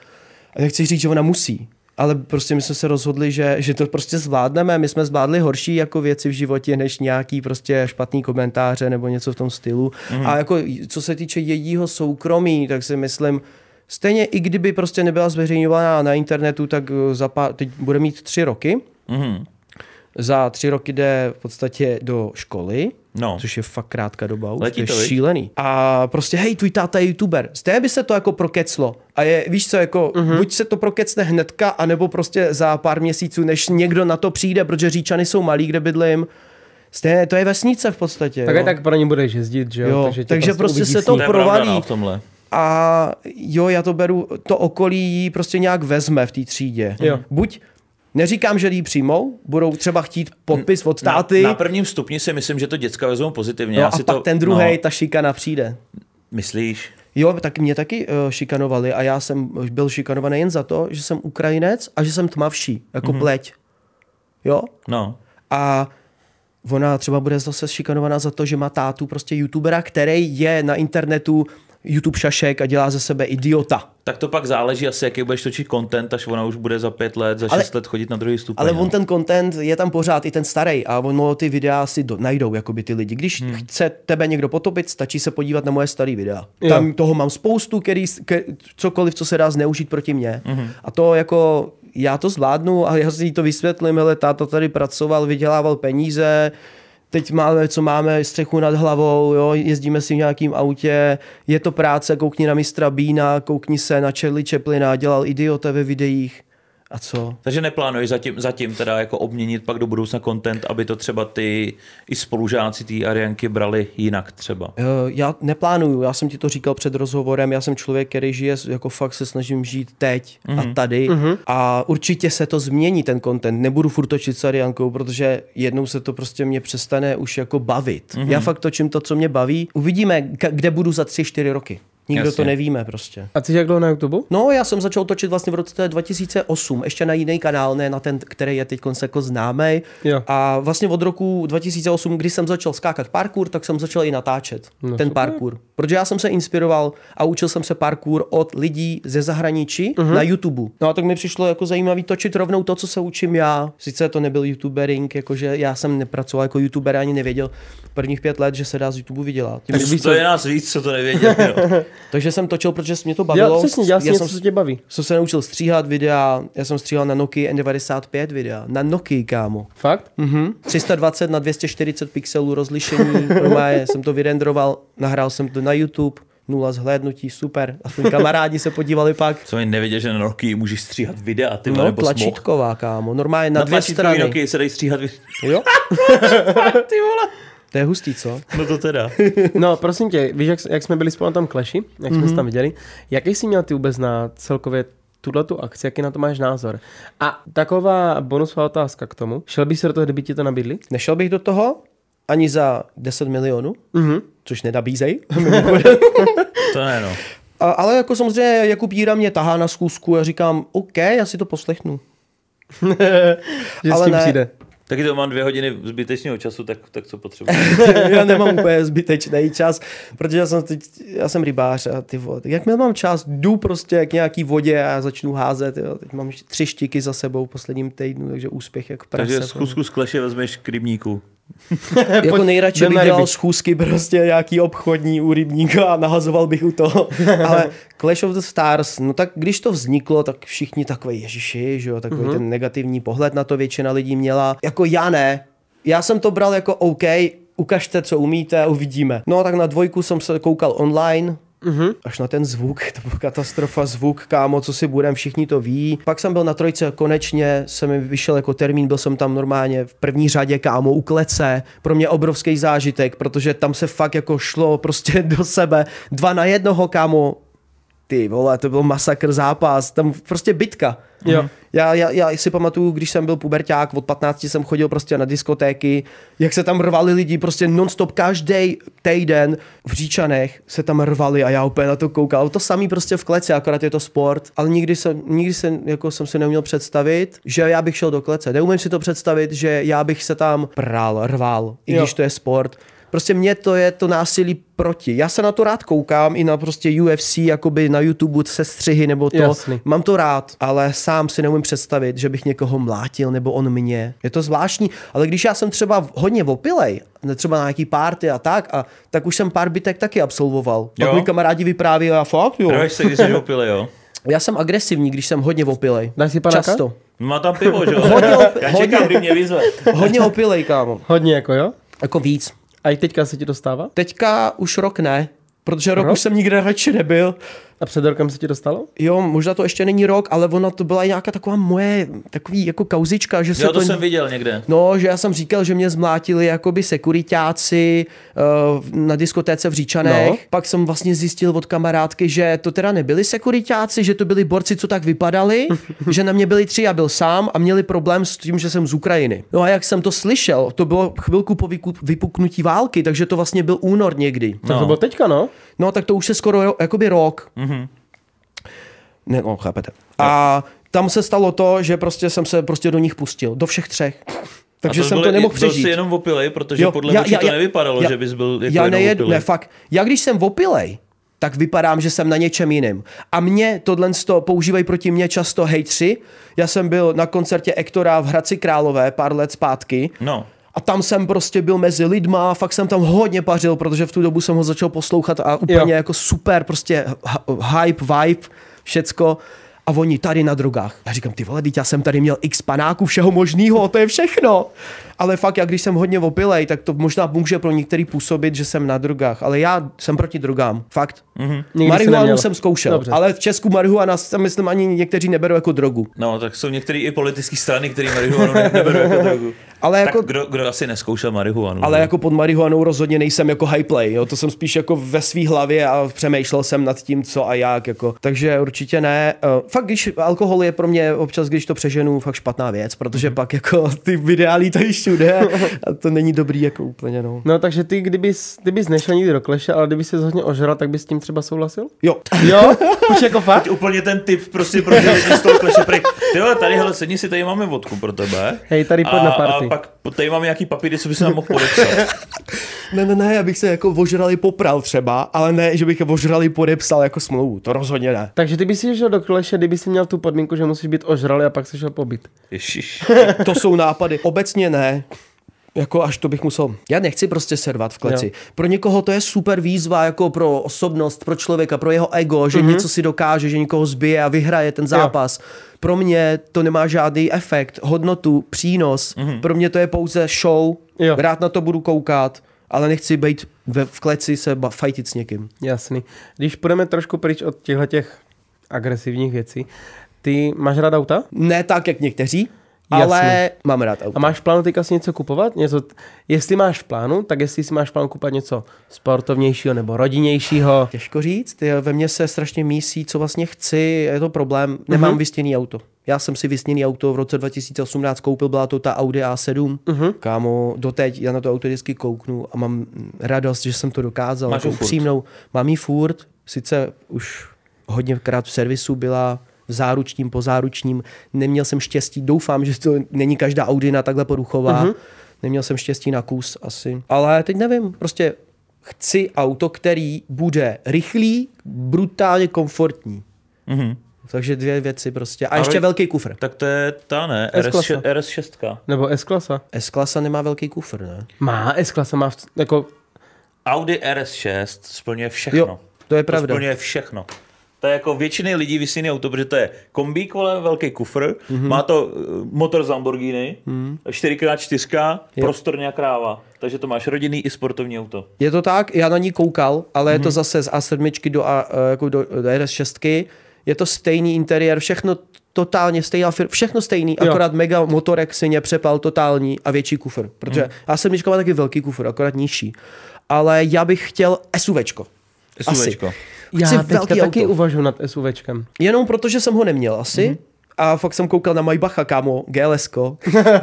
A nechci říct, že ona musí. Ale prostě my jsme se rozhodli, že, že to prostě zvládneme. My jsme zvládli horší jako věci v životě, než nějaký prostě špatný komentáře nebo něco v tom stylu. Mm. A jako co se týče jejího soukromí, tak si myslím, stejně i kdyby prostě nebyla zveřejňovaná na internetu, tak za pár, teď bude mít tři roky. Mm. Za tři roky jde v podstatě do školy, no. což je fakt krátká doba, už to je šílený. A prostě hej, tvůj táta je youtuber. Z té by se to jako prokeclo. A je, víš co, jako uh-huh. buď se to prokecne hnedka, anebo prostě za pár měsíců, než někdo na to přijde, protože Říčany jsou malí, kde bydlím. Stejně, to je vesnice v podstatě. Tak tak pro ně budeš jezdit, že jo? jo takže takže prostě, prostě se to provalí. To a jo, já to beru, to okolí jí prostě nějak vezme v té třídě. Jo. Buď neříkám, že jí přijmou, budou třeba chtít podpis od táty. Na, na prvním stupni si myslím, že to děcka vezmou pozitivně. No Já a si pak to, ten druhej, no. ta šikana přijde. Myslíš? Jo, tak mě taky uh, šikanovali a já jsem byl šikanovaný jen za to, že jsem Ukrajinec a že jsem tmavší, jako mm-hmm. pleť. Jo? No. A ona třeba bude zase šikanovaná za to, že má tátu prostě youtubera, který je na internetu YouTube šašek a dělá ze sebe idiota. Tak to pak záleží asi, jaký budeš točit content, až ona už bude za pět let, za šest ale, let chodit na druhý stupeň. Ale no. on ten content je tam pořád i ten starý a ono ty videa si do, najdou jakoby ty lidi. Když hmm. chce tebe někdo potopit, stačí se podívat na moje starý videa. Jo. Tam toho mám spoustu, který, ke, cokoliv, co se dá zneužít proti mně. Hmm. A to jako já to zvládnu a já si jí to vysvětlím, hele, táta tady pracoval, vydělával peníze, teď máme, co máme, střechu nad hlavou, jo, jezdíme si v nějakým autě, je to práce, koukni na mistra Beana, koukni se na Charlie Chaplina, dělal idiota ve videích A co? Takže neplánuješ zatím, zatím teda jako obměnit pak do budoucna content, aby to třeba ty i spolužáci té Arianky brali jinak třeba? Uh, já neplánuju, já jsem ti to říkal před rozhovorem, já jsem člověk, který žije, jako fakt se snažím žít teď mm-hmm. a tady mm-hmm. a určitě se to změní ten content, nebudu furt točit s Ariankou, protože jednou se to prostě mě přestane už jako bavit. Mm-hmm. Já fakt točím to, co mě baví, uvidíme, kde budu za tři, čtyři roky. Nikdo Jasně. to nevíme prostě. A ty jak dlouho na YouTube? No, já jsem začal točit vlastně v roce dva tisíce osm, ještě na jiný kanál, ne na ten, který je teď jako známý. A vlastně od roku dva tisíce osm, kdy jsem začal skákat parkour, tak jsem začal i natáčet no, ten super. parkour. Protože já jsem se inspiroval a učil jsem se parkour od lidí ze zahraničí uh-huh. na YouTube. No a tak mi přišlo jako zajímavý točit rovnou to, co se učím já. Sice to nebyl youtubering, jakože já jsem nepracoval jako youtuber, ani nevěděl prvních pět let, že se dá z YouTube vydělat. Tak víš, to je nás víc, co to nevěděl. Takže jsem točil, protože mě to bavilo. Dělal, přesně, dělal já něco, jsem, co tě baví. Jsem se naučil stříhat videa, já jsem stříhal na Nokia N devadesát pět videa. Na Nokia, kámo. Fakt? Mhm. tři sta dvacet na dvě stě čtyřicet pixelů rozlišení. Normálně jsem to vyrendroval, nahrál jsem to na YouTube. Nula zhlédnutí, super. Aspoň kamarádi se podívali pak. Co mi nevěděl, že na Nokia můžeš stříhat videa, ty no, nebo tlačítková, kámo. Normálně na, na dvě strany. Na Nokia se dají stříhat videa. Jo? Ty vole. To je hustý, co? No to teda. No, prosím tě, víš, jak, jak jsme byli spolu na tom Clashi, jak mm-hmm. jsme se tam viděli, jaký jsi měl ty vůbec na celkově tuhletu akci, jaký na to máš názor? A taková bonusová otázka k tomu, šel bys se do toho, kdyby ti to nabídli? Nešel bych do toho ani za deset milionů, mm-hmm. což nedabízej. To ne, no. A, ale jako samozřejmě Jakub Jíra mě tahá na schůzku a říkám, OK, já si to poslechnu. Že ale s tím ne. přijde. Taky to mám dvě hodiny zbytečného času, tak, tak co potřebuji. Já nemám úplně zbytečný čas, protože já jsem, teď, já jsem rybář a ty vole, jak mám čas, jdu prostě k nějaký vodě a začnu házet. Jo. Teď mám tři štiky za sebou v posledním týdnu, takže úspěch jak prase. Takže schůzku z Kleše vezmeš k rybníku. Jako nejradši bych dělal schůzky prostě nějaký obchodní u rybníka a nahazoval bych u toho. Ale Clash of the Stars, no tak když to vzniklo, tak všichni takový ježiši, že jo, takový mm-hmm. ten negativní pohled na to většina lidí měla. Jako já ne. Já jsem to bral jako OK, ukažte, co umíte a uvidíme. No tak na dvojku jsem se koukal online, Mm-hmm. až na ten zvuk, to byla katastrofa, zvuk, kámo, co si budem, všichni to ví. Pak jsem byl na trojce, konečně se mi vyšel jako termín, byl jsem tam normálně v první řadě, kámo, u klece. Pro mě obrovský zážitek, protože tam se fakt jako šlo prostě do sebe. Dva na jednoho, kámo. Ty vole, to byl masakr zápas, tam prostě bitka. Jo. Já, já, já si pamatuju, když jsem byl puberťák, od patnácti jsem chodil prostě na diskotéky, jak se tam rvali lidi, prostě non-stop každý týden v Říčanech se tam rvali a já úplně na to koukal. To samý prostě v kleci, akorát je to sport, ale nikdy jsem, nikdy jsem, jako jsem si neuměl představit, že já bych šel do klece. Neumím si to představit, že já bych se tam pral, rval, i jo. když to je sport. Prostě mně to je to násilí proti. Já se na to rád koukám, i na prostě U F C, jakoby na YouTube se střihy nebo to. Jasný. Mám to rád, ale sám si neumím představit, že bych někoho mlátil nebo on mě. Je to zvláštní, ale když já jsem třeba hodně opilej, třeba na nějaký party a tak, a tak už jsem pár bitek taky absolvoval. Pak mi kamarádi vypráví a fakt jo. Pravíš se, když jsi opilej, jo? Já jsem agresivní, když jsem hodně opilej. Dáš si panáka? Často. Má tam pivo, že jo? Hodně, opi- já čekám, kdy mě vyzve. Hodně opilej, kámo. Hodně jako jo? Jako víc. A i teďka se ti dostává? Teďka už rok ne, protože rok, rok? už jsem nikde radši nebyl. A před rokem se ti dostalo? Jo, možná to ještě není rok, ale ona to byla nějaká taková moje, takový jako kauzička, že se jo, to... to jsem viděl někde. No, že já jsem říkal, že mě zmlátili jakoby sekuritáci uh, na diskotéce v Říčanech. No. Pak jsem vlastně zjistil od kamarádky, že to teda nebyli sekuritáci, že to byli borci, co tak vypadali, že na mě byli tři, já byl sám a měli problém s tím, že jsem z Ukrajiny. No a jak jsem to slyšel, to bylo chvilku po vypuknutí války, takže to vlastně byl únor někdy. No. To bylo teďka, no? No, tak to už je skoro jakoby rok. Mm-hmm. Ne, no, chápete. A tam se stalo to, že prostě jsem se prostě do nich pustil. Do všech třech. Takže to jsem to nemohl přežít. Byl jsi jenom opilej, protože jo, podle mě to nevypadalo, já, že bys byl jako já jenom nejed, opilej. Ne, fakt. Já když jsem opilej, tak vypadám, že jsem na něčem jiným. A mě tohle používají proti mně často hejtři. Já jsem byl na koncertě Ektora v Hradci Králové pár let zpátky. No. A tam jsem prostě byl mezi lidma, fakt jsem tam hodně pařil, protože v tu dobu jsem ho začal poslouchat a úplně jo. jako super, prostě hype, vibe, všecko. A A oni tady na drogách. Já říkám, ty vole, teď já jsem tady měl x panáků, všeho možného, to je všechno. Ale fakt, jak když jsem hodně opilej, tak to možná může pro některý působit, že jsem na drogách. Ale já jsem proti drogám, fakt. Mm-hmm. Marihuanu jsem zkoušel, Dobře. ale v Česku marihuana jsem myslím ani někteří neberou jako drogu. No, tak jsou některé i politické strany, které marihuanu ne- neberou jako drogu. Ale tak jako, kdo, kdo asi nezkoušel marihuanu? Ale ne? jako pod marihuanou rozhodně nejsem jako high play, jo? To jsem spíš jako ve svý hlavě a přemýšlel jsem nad tím, co a jak. Jako. Takže určitě ne. Uh, fakt, když alkohol je pro mě občas, když to přeženu, fakt špatná věc, protože mm. pak jako ty videa lítají všude a to není dobrý jako úplně. No, no takže ty, kdybys, kdybys nešel nikdy do kleše, ale kdyby se hodně ožral, tak bys s tím třeba souhlasil? Jo. Jo? Už jako fakt? Úplně ten tip prostě pro ty lidi z toho kleše pryč. Tyhle, tady, hele, sedni si, tady máme vodku pro tebe. Hej, tady pojď na party. A pak tady máme nějaký papíry, co by se nám mohl podepsat. Ne, ne, ne, abych se jako ožrali popral třeba, ale ne, že bych je ožrali podepsal jako smlouvu, to rozhodně ne. Takže ty bys si šel do kleše, kdyby si měl tu podmínku, že musíš být ožralý a pak se šel pobít. Ježiš. To jsou nápady. Obecně ne. Jako až to bych musel. Já nechci prostě servat v kleci. Jo. Pro někoho to je super výzva, jako pro osobnost, pro člověka, pro jeho ego, že mm-hmm. něco si dokáže, že někoho zbije a vyhraje ten zápas. Jo. Pro mě to nemá žádný efekt, hodnotu, přínos. Mm-hmm. Pro mě to je pouze show. Jo. Rád na to budu koukat, ale nechci být ve, v kleci se ba- fajtit s někým. Jasný. Když půjdeme trošku pryč od těchto těch agresivních věcí, ty máš rád auta? Ne tak, jak někteří. Ale Jasně. mám rád auto. A máš v plánu teďka si něco kupovat? Něco, jestli máš v plánu, tak jestli si máš v plánu kupovat něco sportovnějšího nebo rodinnějšího? Těžko říct, ve mně se strašně mísí, co vlastně chci, je to problém, nemám uh-huh. vysněný auto. Já jsem si vysněný auto v roce dva tisíce osmnáct koupil, byla to ta Audi A sedm. Uh-huh. Kámo, doteď já na to auto vždycky kouknu a mám radost, že jsem to dokázal. Máš jako upřímnou. Mám jí furt, sice už hodněkrát v servisu byla, v záručním, po záručním. Neměl jsem štěstí, doufám, že to není každá Audina takhle poruchová. Uh-huh. Neměl jsem štěstí na kus asi. Ale teď nevím, prostě chci auto, který bude rychlý, brutálně komfortní. Uh-huh. Takže dvě věci prostě. A ještě Ale, velký kufr. Tak to je ta, ne? R S šest. Nebo S-klasa. S-klasa nemá velký kufr, ne? Má, S-klasa má v, jako... Audi R S šest splňuje všechno. Jo, to je pravda. To splňuje všechno. To je jako většiny lidí vysněný auto, protože to je kombík, vole, velký kufr, mm-hmm. má to uh, motor z Lamborghini, mm. čtyři krát čtyři, prostorně jak kráva. Takže to máš rodinný i sportovní auto. Je to tak, já na ní koukal, ale mm-hmm. je to zase z A sedm do, A, jako do, do R S šest. Je to stejný interiér, všechno totálně stejný, všechno stejný, jo. Akorát mega motorek svině, přepal totální a větší kufr. Protože mm. A sedm má taky velký kufr, akorát nižší. Ale já bych chtěl SUVčko. SUVčko. Já teďka taky uvažuji nad SUVčkem. Jenom protože jsem ho neměl asi. Mm-hmm. A fakt jsem koukal na Maybacha, kámo, G L S ko.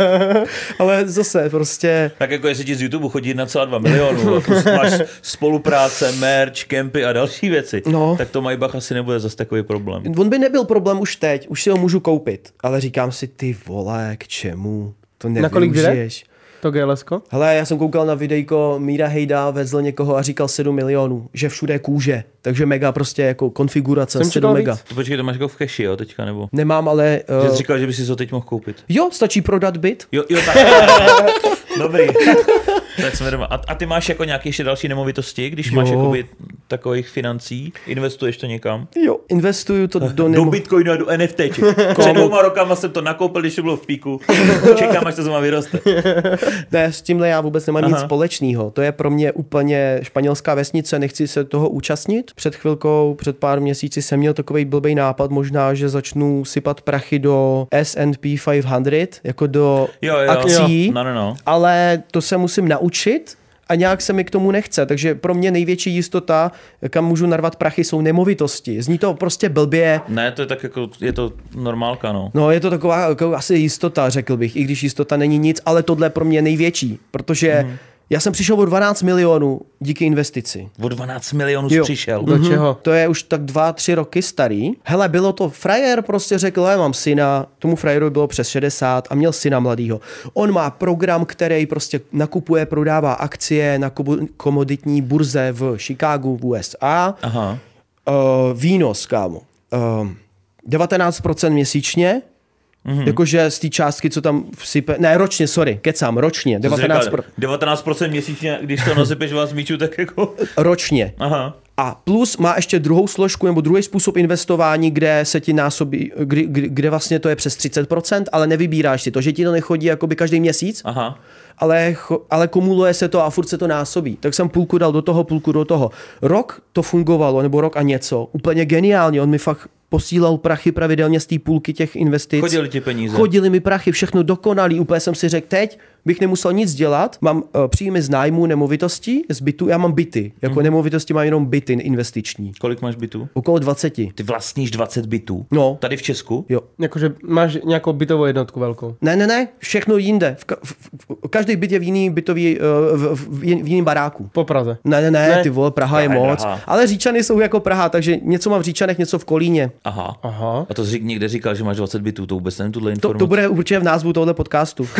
Ale zase prostě... Tak jako jestli ti z YouTube chodí jedna celá dva milionu, a plus máš spolupráce, merch, kempy a další věci, no. tak to Maybach asi nebude zase takový problém. On by nebyl problém už teď, už si ho můžu koupit. Ale říkám si, ty vole, k čemu? To nevyužiješ. To G L S ko? Hele, já jsem koukal na videjko, Míra Hejda vezl někoho a říkal sedm milionů, že všude je kůže, takže mega prostě jako konfigurace jsem sedm mega. To počkej, to máš jako v cashi, jo, teďka nebo? Nemám, ale... Uh... Že jsi říkal, že bys si to teď mohl koupit. Jo, stačí prodat byt. Jo, jo, tak. Dobrý. Tak jsme doma. A, a ty máš jako nějaké ještě další nemovitosti, když jo. máš jakoby takových financí, investuješ to někam? Jo, investuju to do... Do nemo... Bitcoinu a do N F T. Před dvouma rokama jsem to nakoupil, když to bylo v píku. Čekám, až to zima vyroste. Ne, s tímhle já vůbec nemám Aha. nic společného. To je pro mě úplně španělská vesnice, nechci se toho účastnit. Před chvilkou, před pár měsíci jsem měl takovej blbej nápad, možná, že začnu sypat prachy do S and P pět set, jako do jo, jo. akcí, jo. No, no, no. ale to se musím naučit a nějak se mi k tomu nechce. Takže pro mě největší jistota, kam můžu narvat prachy, jsou nemovitosti. Zní to prostě blbě. Ne, to je tak jako, je to normálka, no. No, je to taková jako asi jistota, řekl bych, i když jistota není nic, ale tohle pro mě největší, protože mm. já jsem přišel o dvanáct milionů díky investici. O dvanáct milionů jsi přišel? Do mm-hmm. čeho? To je už tak dva, tři roky starý. Hele, bylo to, frajer prostě řekl, já mám syna, tomu frajeru bylo přes šedesát a měl syna mladýho. On má program, který prostě nakupuje, prodává akcie na komoditní burze v Chicagu v U S A. Aha. Uh, výnos, kámo. Uh, devatenáct procent měsíčně. Mm-hmm. Jakože z té částky, co tam vsype... Ne, ročně, sorry, kecám, ročně. devatenáct procent devatenáct procent měsíčně, když to nasypeš vás míčů, tak jako... Ročně. Aha. A plus má ještě druhou složku nebo druhý způsob investování, kde se ti násobí, kdy, kdy, kde vlastně to je přes třicet procent, ale nevybíráš si to, že ti to nechodí jakoby každý měsíc. Aha. Ale, ale kumuluje se to a furt se to násobí. Tak jsem půlku dal do toho, půlku do toho. Rok to fungovalo, nebo rok a něco. Úplně geniálně. On mi fakt posílal prachy pravidelně z té půlky těch investic. Chodili ti peníze. Chodili mi prachy, všechno dokonalý. Úplně jsem si řekl, teď bych nemusel nic dělat. Mám uh, příjmy z nájmu nemovitostí, z bytu. Já mám byty. Jako hmm. nemovitosti mám jenom byty investiční. Kolik máš bytů? Okolo dvacet. Ty vlastníš dvacet bytů? No. Tady v Česku? Jo. Jakože máš nějakou bytovou jednotku velkou? Ne, ne, ne. Všechno jinde. V, v, v, každý byt je v jiný bytový, uh, v, v, v jiným baráku. Po Praze? Ne, ne, ne, ne. Ty vole, Praha, Praha je moc. Praha. Ale Říčany jsou jako Praha, takže něco mám v Říčanech, něco v Kolíně. Aha. Aha. A to jsi někde říkal, že máš dvacet bytů, to vůbec nevím tuhle informaci. To, to bude určitě v názvu tohle podcastu.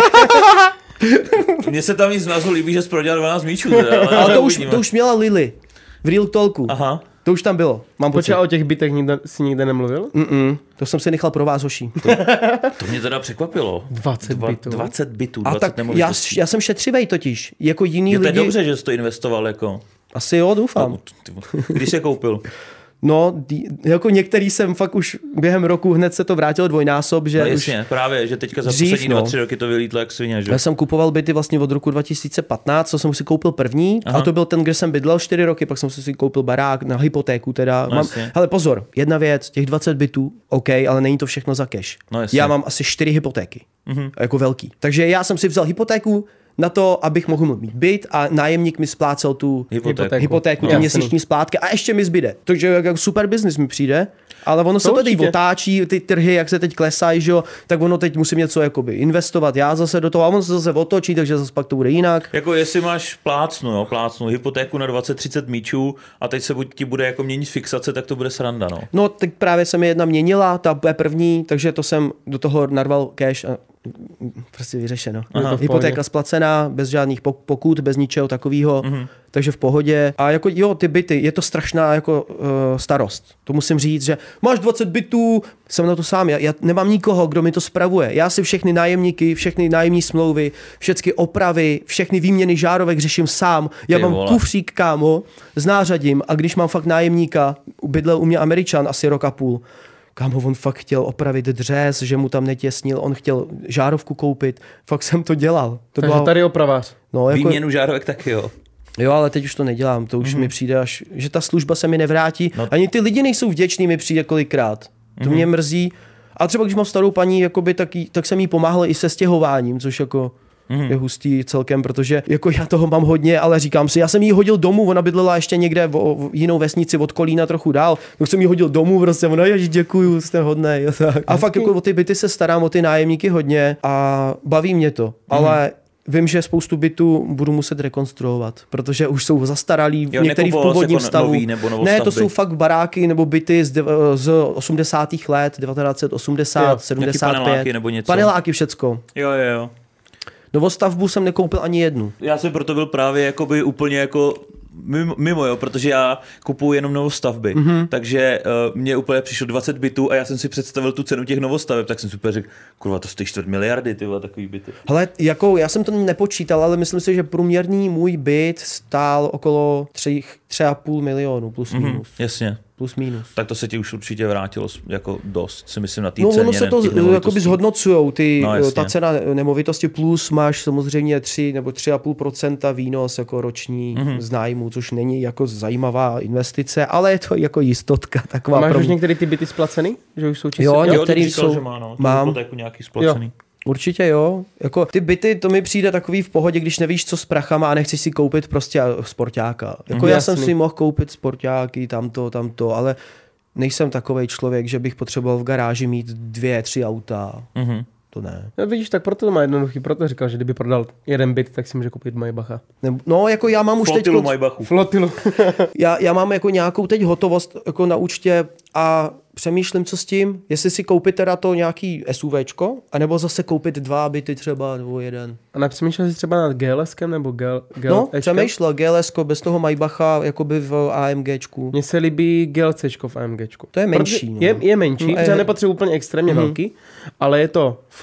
Mně se tam nic z názvu líbí, že jsi prodělal dvanáct míčů. Teda, ale ale to už, to už měla Lily v Real Talku. Aha. To už tam bylo. Mám pocit. Počkej, o těch bytech nikde, si nikde nemluvil? Mm-mm. To jsem si nechal pro vás, hoši. To, to mě teda překvapilo. dvacet Dva, bytů. dvacet bytů, A dvacet tak já, nemovitostí. já jsem šetřivej totiž. Jako jiný Je to lidi. je dobře, že jsi to investoval jako. Asi jo, doufám. No, ty- Když jsi je koupil? No, dí, jako některý jsem fakt už během roku hned se to vrátilo dvojnásob, že No už... jasně, právě, že teďka za dřív, poslední no. dva, tři roky to vylítlo jak svině, že? Já jsem kupoval byty vlastně od roku dva tisíce patnáct, co jsem si koupil první. Aha. A to byl ten, kde jsem bydlel čtyři roky, pak jsem si koupil barák na hypotéku teda. No mám, jasně. hele pozor, jedna věc, těch dvacet bytů, OK, ale není to všechno za cash. No jasně. Já mám asi čtyři hypotéky, Mhm. jako velký. Takže já jsem si vzal hypotéku na to, abych mohl mít byt a nájemník mi splácel tu Hypotéku. hypotéku, No, ty jasný. měsíční splátky a ještě mi zbyde. Takže jako super business mi přijde, ale ono se To to teď určitě. otáčí, ty trhy, jak se teď klesají, že jo, tak ono teď musím něco jakoby investovat, já zase do toho a ono se zase otočí, takže zase pak to bude jinak. Jako jestli máš plácnu, jo, plácnu, hypotéku na dvacet třicet míčů a teď se buď ti bude jako měnit fixace, tak to bude sranda, no. No, tak právě se mi jedna měnila, ta je první, takže to jsem do toho narval cash a prostě vyřešeno. Aha, v Hypotéka pohodě. splacená, bez žádných pok- pokut, bez ničeho takového, mm-hmm. takže v pohodě. A jako jo, ty byty, je to strašná jako uh, starost. To musím říct, že máš dvacet bytů, jsem na to sám, já, já nemám nikoho, kdo mi to spravuje. Já si všechny nájemníky, všechny nájemní smlouvy, všechny opravy, všechny výměny žárovek řeším sám. Já Ty mám vole. kufřík, kámo, s nářadím a když mám fakt nájemníka, bydlel u mě Američan asi rok a půl, kámo, on fakt chtěl opravit dřez, že mu tam netěsnil, on chtěl žárovku koupit, fakt jsem to dělal. To Takže bylo, tady opravář. no, jako, Výměnu žárovek taky, jo. jo, ale teď už to nedělám, to už mm-hmm. mi přijde až, že ta služba se mi nevrátí, No. ani ty lidi nejsou vděční, mi přijde kolikrát, to Mhm. mě mrzí. A třeba když mám starou paní, jakoby, tak, jí, tak jsem jí pomáhal i se stěhováním, což jako Mhm. je hustý celkem, protože jako já toho mám hodně, ale říkám si, já jsem jí hodil domů, ona bydlela ještě někde v, v jinou vesnici od Kolína trochu dál, tak jsem jí hodil domů, prostě ona, ježiš, děkuju, jste hodnej. A fakt jako o ty byty se starám, o ty nájemníky hodně a baví mě to, ale vím, že spoustu bytů budu muset rekonstruovat, protože už jsou zastaralí, Jo, některý v nekupoval původním jsi jako stavu. nový nebo Ne, to novostavby. jsou fakt baráky nebo byty z, dev- z osmdesátých let, devatenáct osmdesát, Jo, sedmdesát pět. paneláky nebo něco. Paneláky všecko. Jo, jo, jo. Novostavbu jsem nekoupil ani jednu. Já jsem proto byl právě jakoby úplně jako mimo, mimo jo, protože já kupuju jenom novostavby, mm-hmm. takže uh, mně úplně přišlo dvacet bytů a já jsem si představil tu cenu těch novostaveb, tak jsem si úplně řekl, kurva, to stojí čtvrt miliardy, ty vole, takový byty. Hele, jako, já jsem to nepočítal, ale myslím si, že průměrný můj byt stál okolo tři, tři a půl milionu plus minus. Mm-hmm, jasně. Plus minus. Tak to se ti už určitě vrátilo jako dost, si myslím, na té No ceně. ono se to těch z- nemovitostí. jakoby zhodnocujou, ty, No, jasně. ta cena nemovitosti plus máš samozřejmě tři nebo tři a půl procenta výnos jako roční Mhm. mm-hmm. z nájmu, což není jako zajímavá investice, ale je to jako jistotka taková. Máš pro už mě. některé ty byty splacený? Že už jsou čistě? Jo, Jo, ty některý říkal, jsou- že má, no, mám. hypotéku nějaký splacený. Určitě jo. Jako ty byty, to mi přijde takový v pohodě, když nevíš, co s prachama a nechceš si koupit prostě sportáka. Jako Mhm, já jasný. jsem si mohl koupit sportáky, tamto, tamto, ale nejsem takovej člověk, že bych potřeboval v garáži mít dvě, tři auta. Mhm. To ne. No, vidíš, tak proto to má jednoduchý, proto říkal, že kdyby prodal jeden byt, tak si může koupit Maybacha. Nebo- No, jako já mám už teď... Flotilu Maybachu. Flotilu. Já, já mám jako nějakou teď hotovost jako na účtě a přemýšlím, co s tím, jestli si koupit teda to nějaký SUVčko, anebo zase koupit dva byty třeba, nebo jeden. A nepřemýšlel jsi třeba nad GLSkem nebo GL, GL No, přemýšlel, GLSko bez toho Maybacha, jakoby v AMGčku. Mně se líbí GLCčko v AMGčku. To je menší, Protože no. Je, je menší, No, protože je- nepotřebuje úplně extrémně Mhm. velký, ale je to furt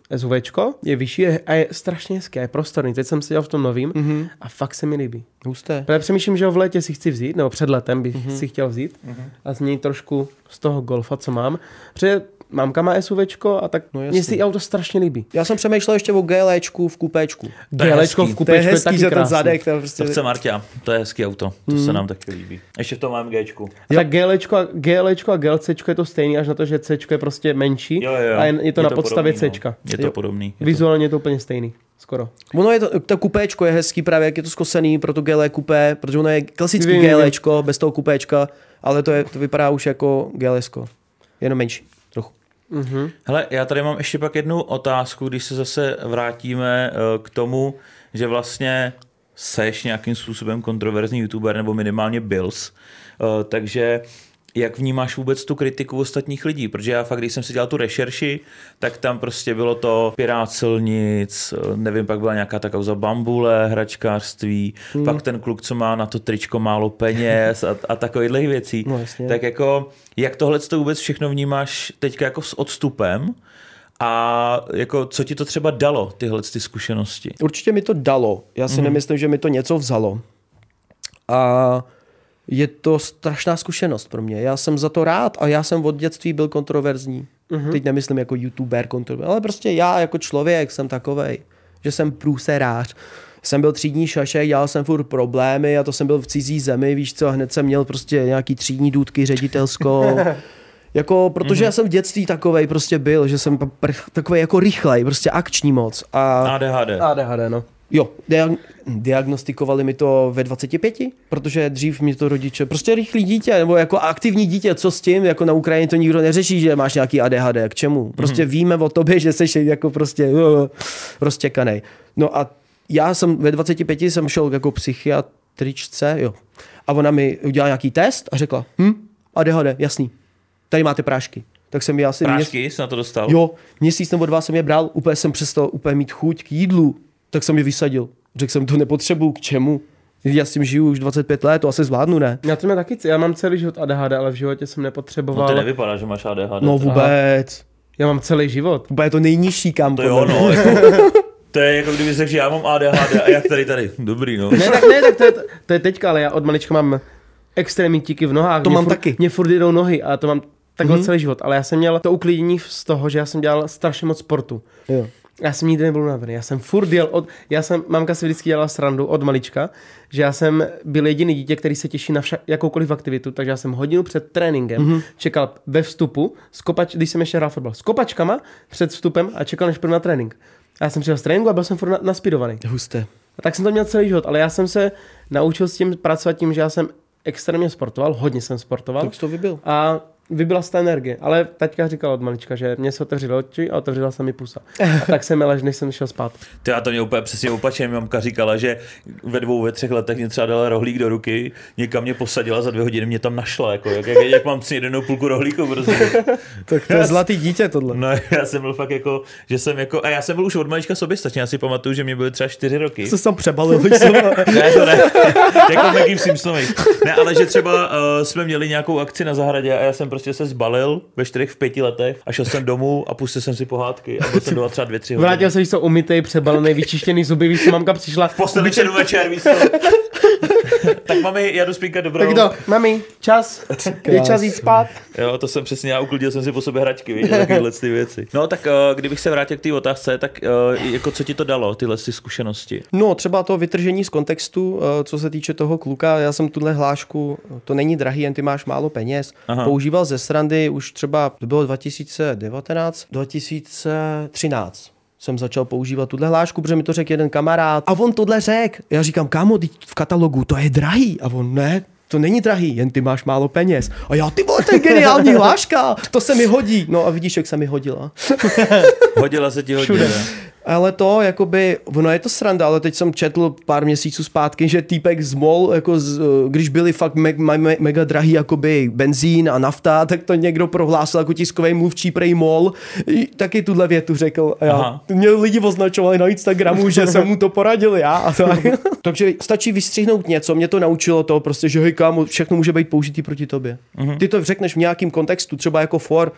SUVčko, je vyšší a je strašně hezké, je prostorný. Teď jsem seděl v tom novým mm-hmm. a fakt se mi líbí. Husté. Právě přemýšlím, že ho v létě si chci vzít, nebo před letem bych mm-hmm. si chtěl vzít mm-hmm. a změnit trošku z toho Golfa, co mám. Protože mamka má SUVčko a tak no mně si auto strašně líbí. Já jsem přemýšlel ještě o GLčku v kupéčku. GLčko v kupéčku je, je taky že krásný. Ten zadek, to, prostě... to chce Marťa, to je hezký auto, to mm. se nám taky líbí. Ještě v tom mám Gčku. Tak GLčko a, GLčko a GLCčko je to stejný, až na to, že Cčko je prostě menší jo, jo. a je, je to je na to podstavě podobný, Cčka. No. Je to jo. podobný. Je Vizuálně je to úplně stejný. Skoro. Ono je to, to kupéčko je hezký právě, jak je to skosený pro to G L kupé, protože ono je klasický Vím, GLčko bez toho kupéčka, ale to, je, to vypadá už jako GLsko. Jenom menší. Trochu. Mm-hmm. Hele, já tady mám ještě pak jednu otázku, když se zase vrátíme uh, k tomu, že vlastně seš nějakým způsobem kontroverzní youtuber, nebo minimálně byls. Uh, takže jak vnímáš vůbec tu kritiku ostatních lidí? Protože já fakt, když jsem si dělal tu rešerši, tak tam prostě bylo to pirát silnic, nevím, pak byla nějaká ta kauza bambule, hračkářství, hmm. pak ten kluk, co má na to tričko málo peněz a, a takovýchhle věcí. No, jasně. Tak jako, jak tohle to vůbec všechno vnímáš teďka jako s odstupem? A jako, co ti to třeba dalo, tyhle ty zkušenosti? Určitě mi to dalo. Já si mm. nemyslím, že mi to něco vzalo. A je to strašná zkušenost pro mě. Já jsem za to rád a já jsem od dětství byl kontroverzní. Mm-hmm. Teď nemyslím jako youtuber kontroverzní, ale prostě já jako člověk jsem takovej, že jsem průserář. Jsem byl třídní šašek, dělal jsem furt problémy a to jsem byl v cizí zemi, víš co, hned jsem měl prostě nějaký třídní důdky ředitelskou. Jako, protože mm-hmm. já jsem v dětství takovej prostě byl, že jsem pr- takovej jako rychlej, prostě akční moc. A A D H D. A D H D, no. Jo, diag- diagnostikovali mi to ve dvaceti pěti, protože dřív mi to rodiče, prostě rychlý dítě, nebo jako aktivní dítě, co s tím, jako na Ukrajině to nikdo neřeší, že máš nějaký A D H D, k čemu? Prostě mm-hmm. víme o tobě, že jsi jako prostě uh, roztěkanej. No a já jsem ve dvaceti pěti jsem šel jako psychiatričce, jo. A ona mi udělala nějaký test a řekla, hm, A D H D, jasný, tady máte prášky. Tak jsem já si Prášky měs... jsi na to dostal? Jo, měsíc nebo dva jsem je bral, úplně jsem přestal úplně mít chuť k jídlu, tak jsem je vysadil. Řekl jsem, to nepotřebuju, k čemu? Já s tím žiju už dvacet pět let, to asi zvládnu, ne? Já to mám taky, já mám celý život A D H D, ale v životě jsem nepotřeboval. No to nevypadá, že máš A D H D. No vůbec. Aha. Já mám celý život. Úplně je to nejnižší, kam. To jo, no. Jako, to je jako kdyby řekl, že já mám A D H D a jak tady tady. Dobrý, no. Ne, tak ne, tak to je, to je teďka, ale já od malička mám extrémní tíky v nohách. To mě mám furt, taky. Mě furt jdou nohy a to mám takhle mm-hmm. celý život. Ale já jsem měl to uklidnění z toho, že já jsem dělal strašně moc sportu. Jo. Já jsem nikdy nebyl unavený. Já jsem furt dělal od, já jsem, mamka si vždycky dělala srandu od malička, že já jsem byl jediný dítě, který se těší na vša, jakoukoliv aktivitu, takže já jsem hodinu před tréninkem mm-hmm. čekal ve vstupu, s kopač, když jsem ještě hrál fotbal, s kopačkama před vstupem a čekal, než půjdu na trénink. A já jsem přišel z tréninku a byl jsem furt na, naspidovaný. Husté. A tak jsem to měl celý život, ale já jsem se naučil s tím pracovat tím, že já jsem extrémně sportoval, hodně jsem sportoval. Tak to vybil. A vybila se ta energie, ale taťka říkala od malička, že mě se otevřely oči a otevřela se mi pusa. A tak jsem jela, než jsem šel spát. Ty a to mě úplně přesně opačně. Mamka říkala, že ve dvou, ve třech letech mě třeba dala rohlík do ruky, někam mě posadila, za dvě hodiny mě tam našla, jako jak, jak, jak mám si jedenou půlku rohlíku, prostě. Tak to je zlatý dítě tohle. No já jsem byl fakt jako, že jsem jako, a já jsem byl už od malička soběstačný, já si pamatuju, že mě byly třeba čtyři roky. Co jsem přebalil, Ne, to ne, jako Maggie v Simpsonových. Ne, ale že třeba uh, jsme měli nějakou akci na zahradě a já jsem prostě se zbalil ve čtyřech, v pěti letech a šel jsem domů a pustil jsem si pohádky a byl jsem doma třeba dvě, tři hodiny. Vrátil se, víš co, umytej, přebalený, vyčištěný zuby, víš co, mamka přišla. V poslední čeru večer, víš co. Tak mami, já jdu spínkat dobrou. Tak to, mami, čas, je čas jít spát. Jo, to jsem přesně, já uklidil jsem si po sobě hračky, víš, takovéhle ty věci. No tak uh, kdybych se vrátil k té otázce, tak uh, jako co ti to dalo, tyhle ty zkušenosti? No třeba to vytržení z kontextu, uh, co se týče toho kluka, já jsem tuhle hlášku, to není drahý, jen ty máš málo peněz, Aha. používal ze srandy už třeba, to bylo dva tisíce devatenáct, dva tisíce třináct. Jsem začal používat tuhle hlášku, protože mi to řekl jeden kamarád. A on tohle řekl. Já říkám, kámo, v katalogu to je drahý. A on, ne, to není drahý, jen ty máš málo peněz. A já, ty vole, to je geniální hláška, to se mi hodí. No a vidíš, jak se mi hodila. Hodila se ti hodně. Ale to, jakoby, ono je to sranda, ale teď jsem četl pár měsíců zpátky, že týpek z MOL, jako z, když byli fakt me, me, mega drahý jakoby benzín a nafta, tak to někdo prohlásil jako tiskový mluvčí prej MOL, taky tuhle větu řekl. A já, mě lidi označovali na Instagramu, že jsem mu to poradil já. A tak. Takže stačí vystřihnout něco, mě to naučilo to, prostě, že hej kámo, všechno může být použitý proti tobě. Uh-huh. Ty to řekneš v nějakém kontextu, třeba jako for,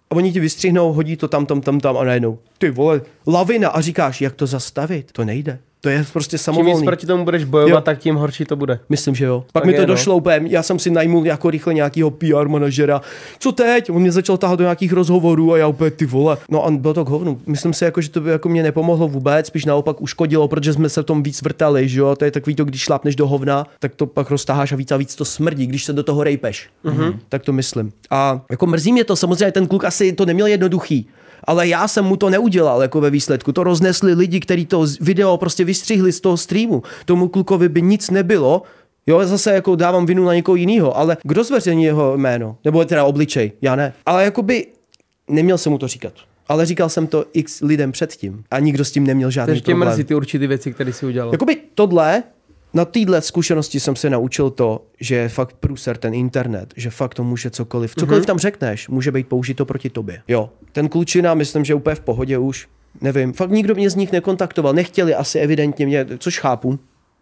A oni ti vystřihnou, hodí to tam, tam, tam, tam a najednou. Ty vole, lavina a říkáš, jak to zastavit? To nejde. To je prostě samovolný. Čím víc proti tomu budeš bojovat, jo. tak tím horší to bude. Myslím, že jo. Pak tak mi to je, došlo no. úplně, já jsem si najmul jako rychle nějakýho P R manažera. Co teď? On mě začal tahat do nějakých rozhovorů a já úplně ty vole. No a bylo to k hovnu. Myslím si, jako, že to by jako mě nepomohlo vůbec, spíš naopak uškodilo, protože jsme se v tom víc vrtali, že jo. To je takový to, když šlápneš do hovna, tak to pak roztáháš a víc a víc to smrdí, když se do toho rejpeš. Mm-hmm. Tak to myslím. A jako mrzí mě to, samozřejmě ten kluk asi to neměl jednoduchý. Ale já jsem mu to neudělal jako ve výsledku. To roznesli lidi, kteří to video prostě vystřihli z toho streamu. Tomu klukovi by nic nebylo. Jo, zase jako dávám vinu na někoho jiného, ale kdo zveřejní jeho jméno? Nebo teda obličej? Já ne. Ale jakoby neměl jsem mu to říkat. Ale říkal jsem to x lidem předtím. A nikdo s tím neměl žádný ještě problém. mrzí ty určitý věci, které si udělal. Jakoby tohle, na téhle zkušenosti jsem se naučil to, že je fakt průser ten internet, že fakt to může cokoliv. Cokoliv mm-hmm. tam řekneš, může být použito proti tobě. Jo, ten klučina, myslím, že úplně v pohodě už. Nevím, fakt nikdo mě z nich nekontaktoval, nechtěli asi evidentně mě, což chápu.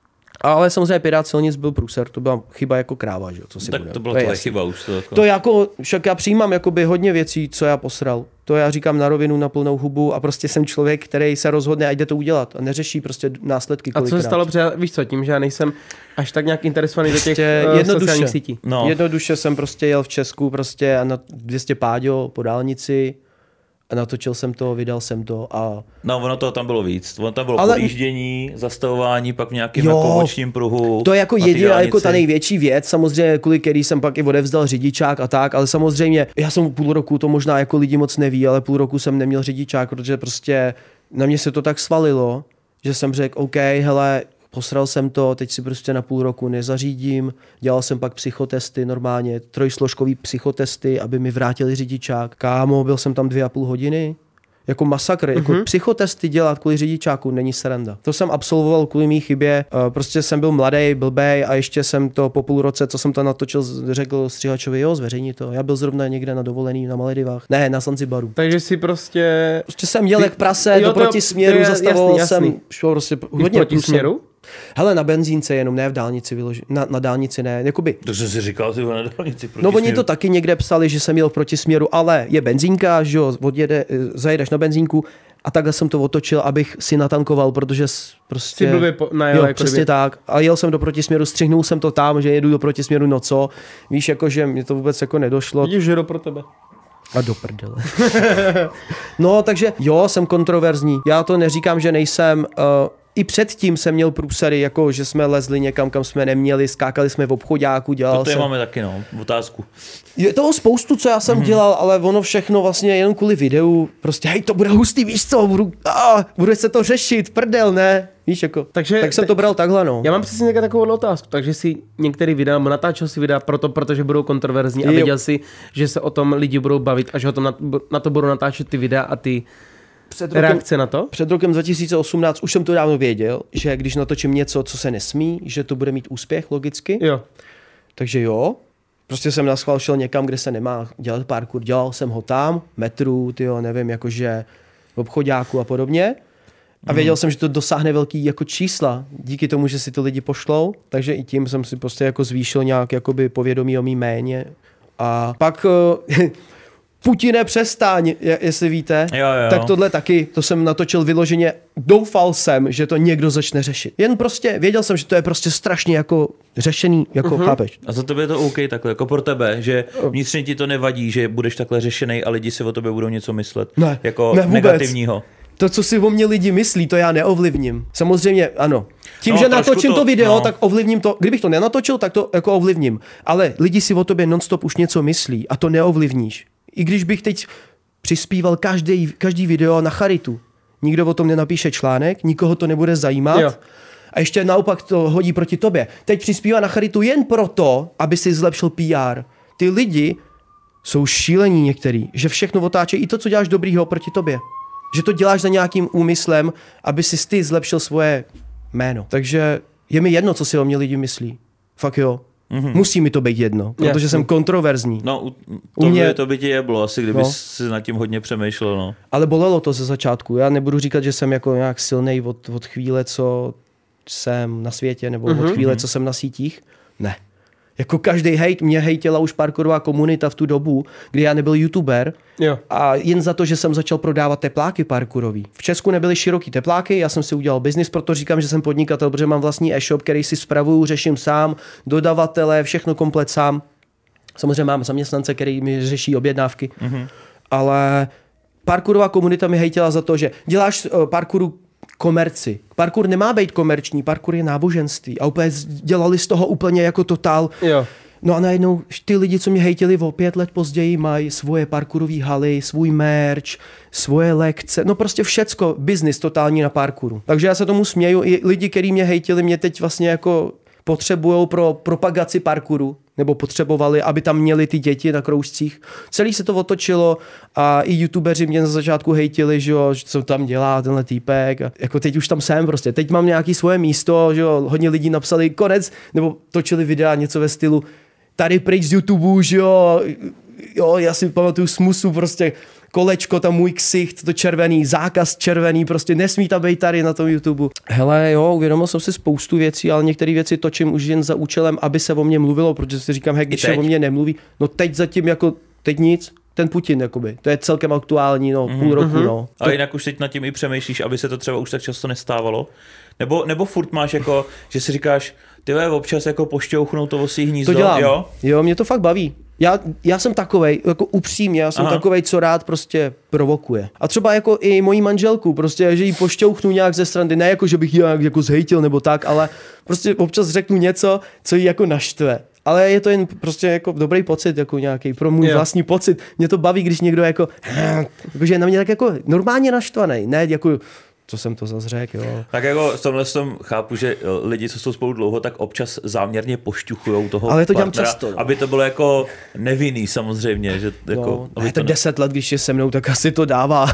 Ale samozřejmě Pirát silnic byl průser, to byla chyba jako kráva, že? Co si tak bude. to byla to tvoje chyba už. To jako... to jako, však já přijímám jakoby hodně věcí, co já posral. To já říkám na rovinu, na plnou hubu a prostě jsem člověk, který se rozhodne a jde to udělat a neřeší prostě následky kolikrát. A co se stalo, protože víš co, tím, že já nejsem až tak nějak interesovaný do těch uh, sociálních sítí. No. Jednoduše jsem prostě jel v Česku prostě a na dvě stě páďo po dálnici a natočil jsem to, vydal jsem to a... No, ono toho tam bylo víc. Ono tam bylo ale... podjíždění, zastavování, pak v nějakém jako bočním pruhu. To je jako jediná, jako ta největší věc, samozřejmě, kvůli který jsem pak i odevzdal řidičák a tak, ale samozřejmě, já jsem půl roku, to možná jako lidi moc neví, ale půl roku jsem neměl řidičák, protože prostě na mě se to tak svalilo, že jsem řekl, OK, hele, posral jsem to, teď si prostě na půl roku nezařídím, dělal jsem pak psychotesty normálně, trojsložkový psychotesty, aby mi vrátili řidičák. Kámo, byl jsem tam dvě a půl hodiny. Jako masakr, mm-hmm. jako psychotesty dělat kvůli řidičáku není sranda. To jsem absolvoval kvůli mý chybě, prostě jsem byl mladý, blbej a ještě jsem to po půl roce, co jsem to natočil, řekl střihačovi, jo, zveřejni to. Já byl zrovna někde na dovolený na Maledivách. Ne, na Zanzibaru. Takže si prostě... Prostě jsem jel jak prase, jo, do protisměru, zastavoval jsem, šlo prostě hodně protisměru. Hele, na benzínce jenom, ne v dálnici, vyloži, na, na dálnici ne, jakoby. To jsi si říkal, ty na dálnici No oni to taky někde psali, že jsem jel v protisměru, ale je benzínka, že jo, odjede, zajedeš na benzínku a takhle jsem to otočil, abych si natankoval, protože prostě... Si blbě po, najel, jo, jako přesně kdyby. tak. A jel jsem do protisměru, střihnul jsem to tam, že jedu do protisměru, no co. Víš, jako, že mě to vůbec jako nedošlo. Vidíš, že do pro tebe. A do prdele. No, takže jo, jsem kontroverzní. Já to neříkám, že nejsem... Uh, I předtím jsem měl průsery, jako že jsme lezli někam, kam jsme neměli, skákali jsme v obchodáku, dělal to jsem... máme taky, no, otázku. Je toho spoustu, co já jsem mm-hmm. dělal, ale ono všechno vlastně jenom kvůli videu, prostě hej, to bude hustý, víš co, budu, a, bude se to řešit, prdel, ne? Víš, jako, takže, tak jsem to bral takhle, no. Já mám přesně nějakou takovou otázku, takže si některý videa, natáčel si videa proto, protože budou kontroverzní a věděl si, že se o tom lidi budou bavit a že o tom na, na to budou natáčet ty videa a ty před rokem, reakce na to? Před rokem dva tisíce osmnáct už jsem to dávno věděl, že když natočím něco, co se nesmí, že to bude mít úspěch logicky. Jo. Takže jo, prostě jsem naschvál šel někam, kde se nemá dělat parkour, dělal jsem ho tam, metru, tyjo, nevím, jakože v obchodáku a podobně. A věděl mm. jsem, že to dosáhne velký jako čísla, díky tomu, že si to lidi pošlou, takže i tím jsem si prostě jako zvýšil nějak jakoby povědomí o mý jméně. A pak... Putine, přestaň, jestli víte, jo, jo. tak tohle taky, to jsem natočil vyloženě, doufal jsem, že to někdo začne řešit. Jen prostě, věděl jsem, že to je prostě strašně jako řešený, jako uh-huh. chápeš. A za tebe je to OK takhle, jako pro tebe, že vnitřně ti to nevadí, že budeš takhle řešený a lidi si o tobě budou něco myslet, ne, jako ne, negativního. To, co si o mě lidi myslí, to já neovlivním. Samozřejmě, ano. Tím, no, že natočím to, to video, no. tak ovlivním to. Kdybych to nenatočil, tak to jako ovlivním. Ale lidi si o tobě nonstop už něco myslí a to neovlivníš. I když bych teď přispíval každý, každý video na charitu. Nikdo o tom nenapíše článek, nikoho to nebude zajímat. Jo. A ještě naopak to hodí proti tobě. Teď přispívá na charitu jen proto, aby si zlepšil P R. Ty lidi jsou šílení některý, že všechno otáčejí i to, co děláš dobrýho proti tobě. Že to děláš za nějakým úmyslem, aby si ty zlepšil svoje jméno. Takže je mi jedno, co si o mě lidi myslí. Fakt jo. Mm-hmm. Musí mi to být jedno, protože Jasný. jsem kontroverzní. No, to, mě... by, to by ti jeblo, asi kdyby no. si nad tím hodně přemýšlel. No. Ale bolelo to ze začátku. Já nebudu říkat, že jsem jako nějak silnej od, od chvíle, co jsem na světě, nebo mm-hmm. od chvíle, co jsem na sítích. Ne. Jako každý hejt, mě hejtila už parkourová komunita v tu dobu, kdy já nebyl youtuber. Jo. A jen za to, že jsem začal prodávat tepláky parkourový. V Česku nebyly široký tepláky, já jsem si udělal biznis, proto říkám, že jsem podnikatel, protože mám vlastní e-shop, který si spravuju, řeším sám, dodavatele, všechno komplet sám. Samozřejmě mám zaměstnance, který mi řeší objednávky. Mm-hmm. Ale parkourová komunita mi hejtila za to, že děláš uh, parkouru komerci. Parkour nemá být komerční, parkour je náboženství. A úplně dělali z toho úplně jako totál. Jo. No a najednou ty lidi, co mě hejtili o pět let později, mají svoje parkourové haly, svůj merch, svoje lekce, no prostě všecko, biznis totální na parkouru. Takže já se tomu směju. I lidi, kteří mě hejtili, mě teď vlastně jako potřebujou pro propagaci parkouru, nebo potřebovali, aby tam měli ty děti na kroužcích. Celý se to otočilo a i youtubeři mě na začátku hejtili, že jo, co tam dělá tenhle týpek. A jako teď už tam jsem prostě. Teď mám nějaký svoje místo, že jo, hodně lidí napsali konec, nebo točili videa něco ve stylu tady pryč z YouTube, že jo, jo, já si pamatuju smusu prostě, kolečko, tam můj ksicht, to červený, zákaz červený, prostě nesmí tam být tady na tom YouTube. Hele, jo, uvědomil jsem si spoustu věcí, ale některé věci točím už jen za účelem, aby se o mě mluvilo, protože si říkám, hej, když se o mě nemluví, no teď zatím jako, teď nic, ten Putin, jakoby. To je celkem aktuální, no, půl mm-hmm. roku, no. A jinak už teď nad tím i přemýšlíš, aby se to třeba už tak často nestávalo? Nebo, nebo furt máš jako, že si říkáš, ty občas jako pošťouchnou to osí hnízdo, to dělám. Jo? Jo, mě to fakt baví. Já, já jsem takovej, jako upřímně, já jsem Aha. takovej, co rád prostě provokuje. A třeba jako i mojí manželku, prostě, že jí pošťouchnu nějak ze strany, ne jako, že bych jí nějak jako zhejtil nebo tak, ale prostě občas řeknu něco, co jí jako naštve. Ale je to jen prostě jako dobrý pocit, jako nějaký pro můj jo. vlastní pocit. Mě to baví, když někdo jako, jako že je na mě tak jako normálně naštvaný, ne jako co jsem to zase řekl, jo. Tak jako v tomhle tom chápu, že lidi, co jsou spolu dlouho, tak občas záměrně pošťuchujou toho ale to partnera, dělám často, no. Aby to bylo jako nevinný samozřejmě. Že jako, no, ne, tak ne... deset let, když je se mnou, tak asi to dává.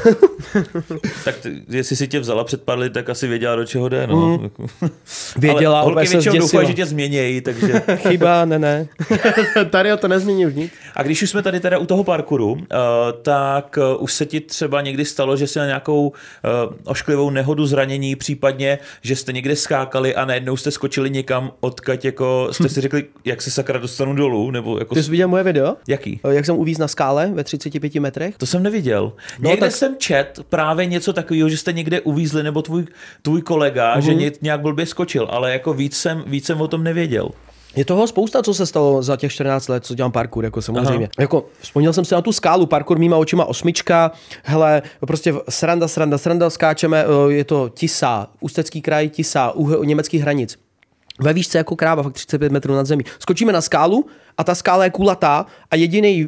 Tak ty, jestli si tě vzala před pár let, tak asi věděla, do čeho jde. No. Mm. Věděla, ale holky většinou doufají, že tě změnějí, takže... Chyba, ne, ne. Tady to nezmění už nic. A když už jsme tady teda u toho parkouru, uh, tak uh, už se ti třeba někdy stalo, že jsi na nějakou uh, ošklivou nehodu, zranění, případně, že jste někde skákali a najednou jste skočili někam, odkud jako jste si řekli, jak se sakra dostanu dolů, nebo jako... Ty jsi viděl moje video? Jaký? Jak jsem uvíz na skále ve třiceti pěti metrech? To jsem neviděl. No, někde tak... jsem čet právě něco takového, že jste někde uvízli, nebo tvůj, tvůj kolega, uh-huh. že nějak blbě skočil, ale jako víc jsem, víc jsem o tom nevěděl. Je toho spousta, co se stalo za těch čtrnáct let, co dělám parkour, jako samozřejmě. Aha. Jako, vzpomněl jsem si na tu skálu, parkour mýma očima osmička, hele, prostě sranda, sranda, sranda, skáčeme, je to Tisá, Ústecký kraj, Tisá, u německých hranic. Ve výšce jako kráva, fakt třicet pět metrů nad zemí. Skočíme na skálu a ta skála je kulatá a jediný,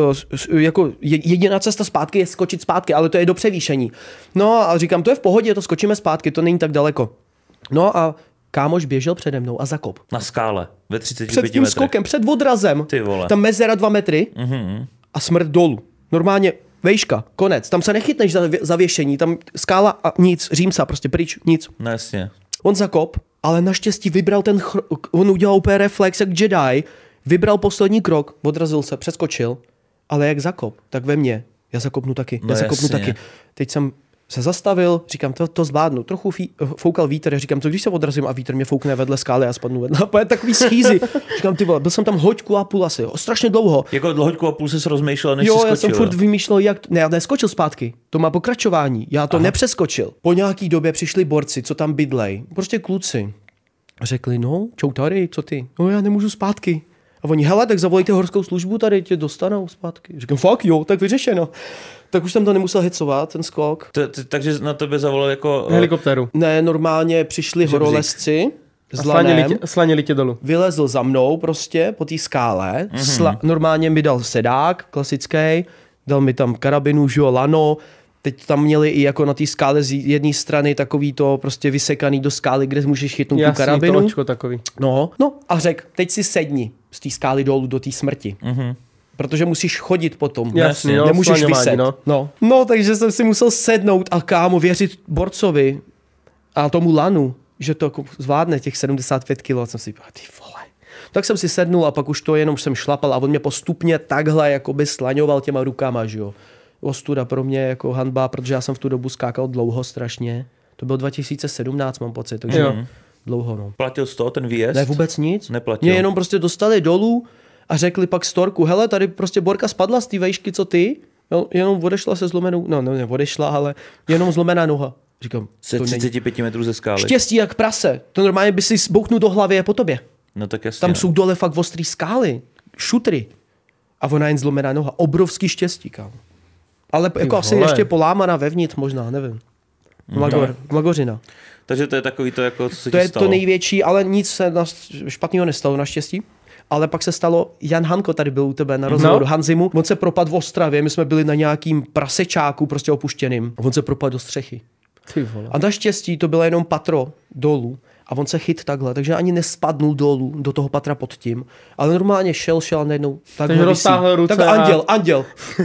jako jediná cesta zpátky je skočit zpátky, ale to je do převýšení. No a říkám, to je v pohodě, to skočíme zpátky, to není tak daleko. No a kámoš běžel přede mnou a zakop. Na skále, ve třiceti pěti před tím metrech. skokem, před odrazem. Ty vole. Tam mezera dva metry mm-hmm. a smrt dolů. Normálně vejška, konec. Tam se nechytneš za zavěšení, tam skála a nic, římsa, prostě pryč, nic. No jasně. On zakop, ale naštěstí vybral ten, chr- on udělal úplně reflex jak Jedi, vybral poslední krok, odrazil se, přeskočil, ale jak zakop, tak ve mně. Já zakopnu taky, no já zakopnu jasně. taky. Teď jsem se zastavil, říkám, to, to zvládnu. Trochu fí, foukal vítr, já říkám, co když se odrazím a vítr mě foukne vedle skály a spadnu vedle. A takový schýzy. Říkám, ty vole, byl jsem tam hoďku a půl asi, jo, strašně dlouho. Jako hoďku a půl se rozmýšlel, než jo, jsi skočil. Jo, já jsem furt vymýšlel, jak, ne, já neskočil zpátky, to má pokračování, já to Aha. nepřeskočil. Po nějaký době přišli borci, co tam bydlej, prostě kluci. Řekli, no, čau tady, co ty? No já nemůžu zpátky. A oni, hele, tak zavolejte horskou službu, tady tě dostanou zpátky. Říkám, fakt jo, tak vyřešeno. Tak už jsem to nemusel hecovat, ten skok. T- t- takže na tebe zavolal jako... Helikoptéru. Ne, normálně přišli horolezci s lanem. Slanili tě dolů. Vylezl za mnou prostě po té skále. Mm-hmm. Sla- normálně mi dal sedák, klasický. Dal mi tam karabinu, žo, lano. Teď tam měli i jako na té skále z jedné strany takový to prostě vysekaný do skály, kde můžeš chytnout Jasný, tu karabinu. Jasný, to takový. No, no a řekl, teď si sedni z té skály dolů do té smrti. Mm-hmm. Protože musíš chodit potom. Jasný, no, nemůžeš vyset. No. No. no, takže jsem si musel sednout a kámo věřit borcovi a tomu lanu, že to zvládne těch sedmdesát pět kilo. A jsem si říkal, ty vole. Tak jsem si sednul a pak už to jenom jsem šlapal a on mě postupně takhle jakoby slaňoval těma rukama, že jo. Ostuda pro mě jako hanba, protože já jsem v tu dobu skákal dlouho strašně. To byl dva tisíce sedmnáct, mám pocit. Takže jo. dlouho. No. Platil jsi to, ten výjezd? Ne, vůbec nic. Neplatil. Mě jenom prostě dostali dolů a řekli pak storku, hele, tady prostě Borka spadla z té vejšky, co ty? Jo, jenom odešla se zlomenou, no, no ne, odešla, ale jenom zlomená noha. Říkám, ze třicet pět metrů ze skály. Štěstí jak prase. To normálně by si bouchnul do hlavy a po tobě. No tak jasně. Tam no. jsou dole fakt ostrý skály, šutry. A ona jen zlomená noha. Obrovský štěstí, kámo. Ale jako asi vole. ještě polámaná vevnitř možná, nevím. Magor, Magořina. Takže to je takový to, jako, co se To ti je stalo. to největší, ale nic se na špatného nestalo naštěstí. Ale pak se stalo, Jan Hanko tady byl u tebe na rozhovoru, No. Hanzimu. On se propadl v Ostravě, my jsme byli na nějakým prasečáku, prostě opuštěným. On se propadl do střechy. Ty vole. A naštěstí to bylo jenom patro dolů. A on se chyt takhle, takže ani nespadnul dolů do toho patra pod tím. Ale normálně šel, šel a najednou tak Takže roztáhl ruce Tak a- anděl, anděl.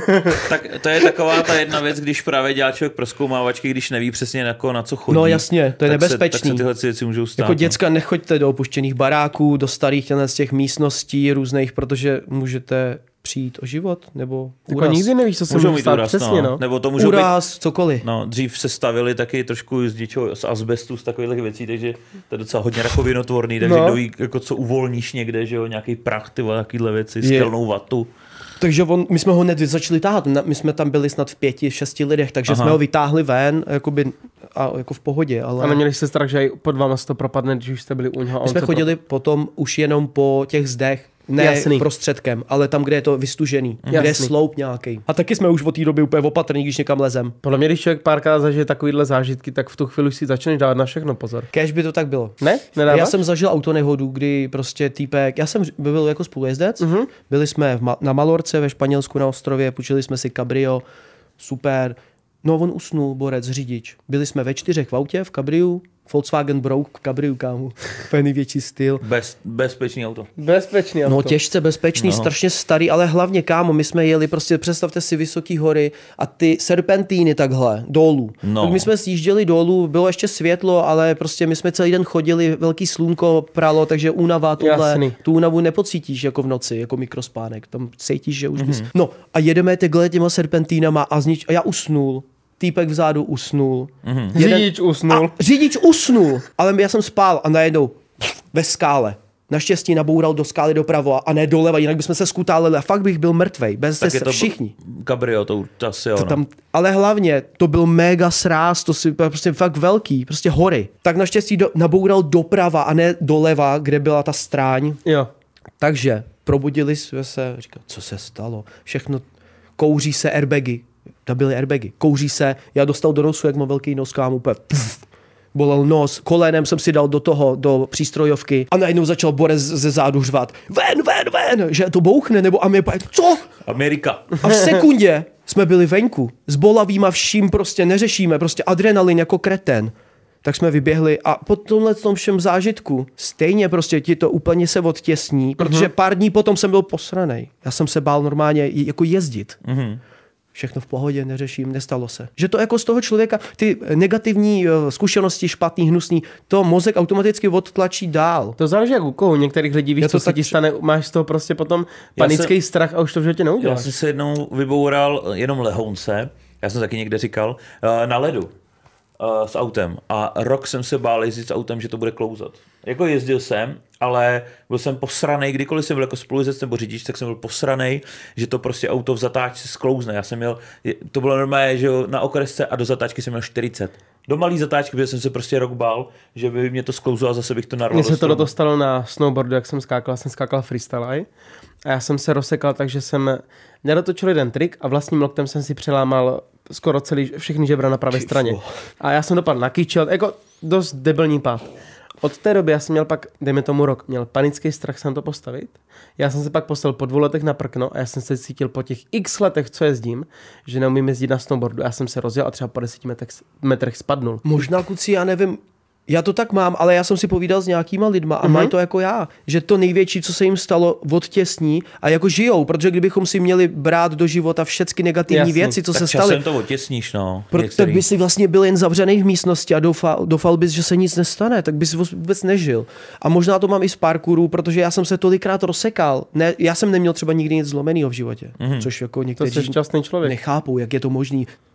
Tak to je taková ta jedna věc, když právě dělá člověk prozkoumávačky, když neví přesně na, ko, na co chodí. No jasně, to je tak nebezpečný. Se, tak se tyhle věci můžou stát. Jako děcka nechoďte do opuštěných baráků, do starých z těch místností různých, protože můžete přijít o život, nebo Jako úraz. nikdy nevíš, co se Můžou může mít stát úraz, přesně, no. no. Nebo to můžou být, Úraz, cokoliv. no, dřív se stavili taky trošku z něčeho, z azbestu, z takových věcí, takže to je docela hodně rakovinotvorný, takže No. kdo ví, jako co uvolníš někde, že jo, nějaký prach, ty vole, takovýhle věci, Je. skelnou vatu. Takže on, my jsme ho hned začali táhat. Na- My jsme tam byli snad v pěti, šesti lidech, takže Aha. jsme ho vytáhli ven, jakoby, a jako v pohodě. Ale A neměli jste strach, že i pod váma se to propadne, když už jste byli u něho. a my on jsme se chodili potom už jenom po těch zdech, ne Jasný. prostředkem, ale tam, kde je to vystužený, kde je Jasný. sloup nějaký. A taky jsme už od té doby úplně opatrní, když někam lezem. Podle mě, když člověk párkrát zažije takovýhle zážitky, tak v tu chvíli už si začneš dávat na všechno pozor. Kéž by to tak bylo. Ne? Nedáváš? Já jsem zažil autonehodu, kdy prostě týpek, já jsem byl jako spolujezdec, uh-huh. byli jsme v Ma- na Malorce ve Španělsku na ostrově, půjčili jsme si cabrio, super. No on usnul, borec, řidič. Byli jsme ve čtyřech v autě, v cabriu, Volkswagen Brouk v cabriu, kámo. Úplně největší styl. Bez, bezpečný auto. Bezpečný No auto. těžce bezpečný, No. no. strašně starý, ale hlavně, kámo, my jsme jeli, prostě představte si vysoký hory a ty serpentíny takhle, dolů. No. Tak my jsme sjížděli dolů, bylo ještě světlo, ale prostě my jsme celý den chodili, velký slunko pralo, takže únava tohle, Jasný. tu únavu nepocítíš jako v noci, jako mikrospánek, tam cítíš, že už bys... Mm-hmm. No a jedeme takhle těma serpentínama a, znič... a já usnul. Týpek vzadu usnul. Mhm. Řidič usnul. A řidič usnul, ale já jsem spál a najednou ve skále. Naštěstí naboural do skály dopravo a ne doleva, jinak bychom se skutáleli a fakt bych byl mrtvej, bez Tak je se to všichni. Cabrio, to, to asi jo, To no. tam, ale hlavně to byl mega sráz, to si prostě fakt velký, prostě hory. Tak naštěstí do, naboural doprava a ne doleva, kde byla ta stráň. Jo. Takže probudili jsme se, říkal, co se stalo? Všechno, kouří se airbagy. Tam byly airbagy. Kouří se, já dostal do nosu, jak mám velký nos, kámo, úplně puf, bolel nos, kolenem jsem si dal do toho, do přístrojovky a najednou začal borec ze zádu řvat, ven, ven, ven, že to bouchne, nebo a mě úplně, co? Amerika. A v sekundě jsme byli venku, s bolavýma vším prostě neřešíme, prostě adrenalin jako kreten. Tak jsme vyběhli a po tomhle tom všem zážitku stejně prostě ti to úplně se odtěsní, protože pár dní potom jsem byl posranej. Já jsem se bál normálně jako jezdit. Mhm. Všechno v pohodě, neřeším, nestalo se. Že to jako z toho člověka, ty negativní uh, zkušenosti, špatný, hnusný, to mozek automaticky odtlačí dál. To záleží jak u koho. Některých lidí víš, Já co to se tak- ti stane, máš z toho prostě potom Já panický strach a už to v životě Já neuděláš. jsem se jednou vyboural jenom lehounce, já jsem taky někde říkal, eh, na ledu eh, s autem a rok jsem se bál jezdit s autem, že to bude klouzat. Jako jezdil jsem, ale byl jsem posranej, kdykoliv jsem byl jako spolujezdec nebo řidič, tak jsem byl posranej, že to prostě auto v zatáčce sklouzne. Já jsem měl, to bylo normálně, že jo, na okresce a do zatáčky jsem měl čtyřicet. Do malý zatáčky, protože jsem se prostě rok bál, že by mě to sklouzlo a zase bych to narval. Mně do se to stromu. dostalo na snowboardu, jak jsem skákal, jsem skákal freestyle a já jsem se rozsekal, takže jsem nedotočil jeden trik a vlastním loktem jsem si přelámal skoro celý, všechny žebra na pravé straně. A já jsem dopadl na kyčel, jako dost debilní pád. Od té doby já jsem měl pak, dejme tomu rok, měl panický strach se na to postavit. Já jsem se pak postavil po dvou letech na prkno a já jsem se cítil po těch x letech, co jezdím, že neumím jezdit na snowboardu. Já jsem se rozjel a třeba po deseti metrech, metrech spadnul. Možná, kluci, já nevím, já to tak mám, ale já jsem si povídal s nějakýma lidma a mm-hmm. mají to jako já, že to největší, co se jim stalo, odtěsní a jako žijou, protože kdybychom si měli brát do života všechny negativní Jasný. věci, co Tak se staly, časem to otěsníš, no. Proto Některý. by si vlastně byl jen zavřený v místnosti a doufal, doufal bys, že se nic nestane, tak bys vůbec nežil. A možná to mám i z parkouru, protože já jsem se tolikrát rozsekal. Ne, já jsem neměl třeba nikdy nic zlomeného v životě, mm-hmm. což jako To někteří jsi šťastný člověk. nechápou, jak je to možný.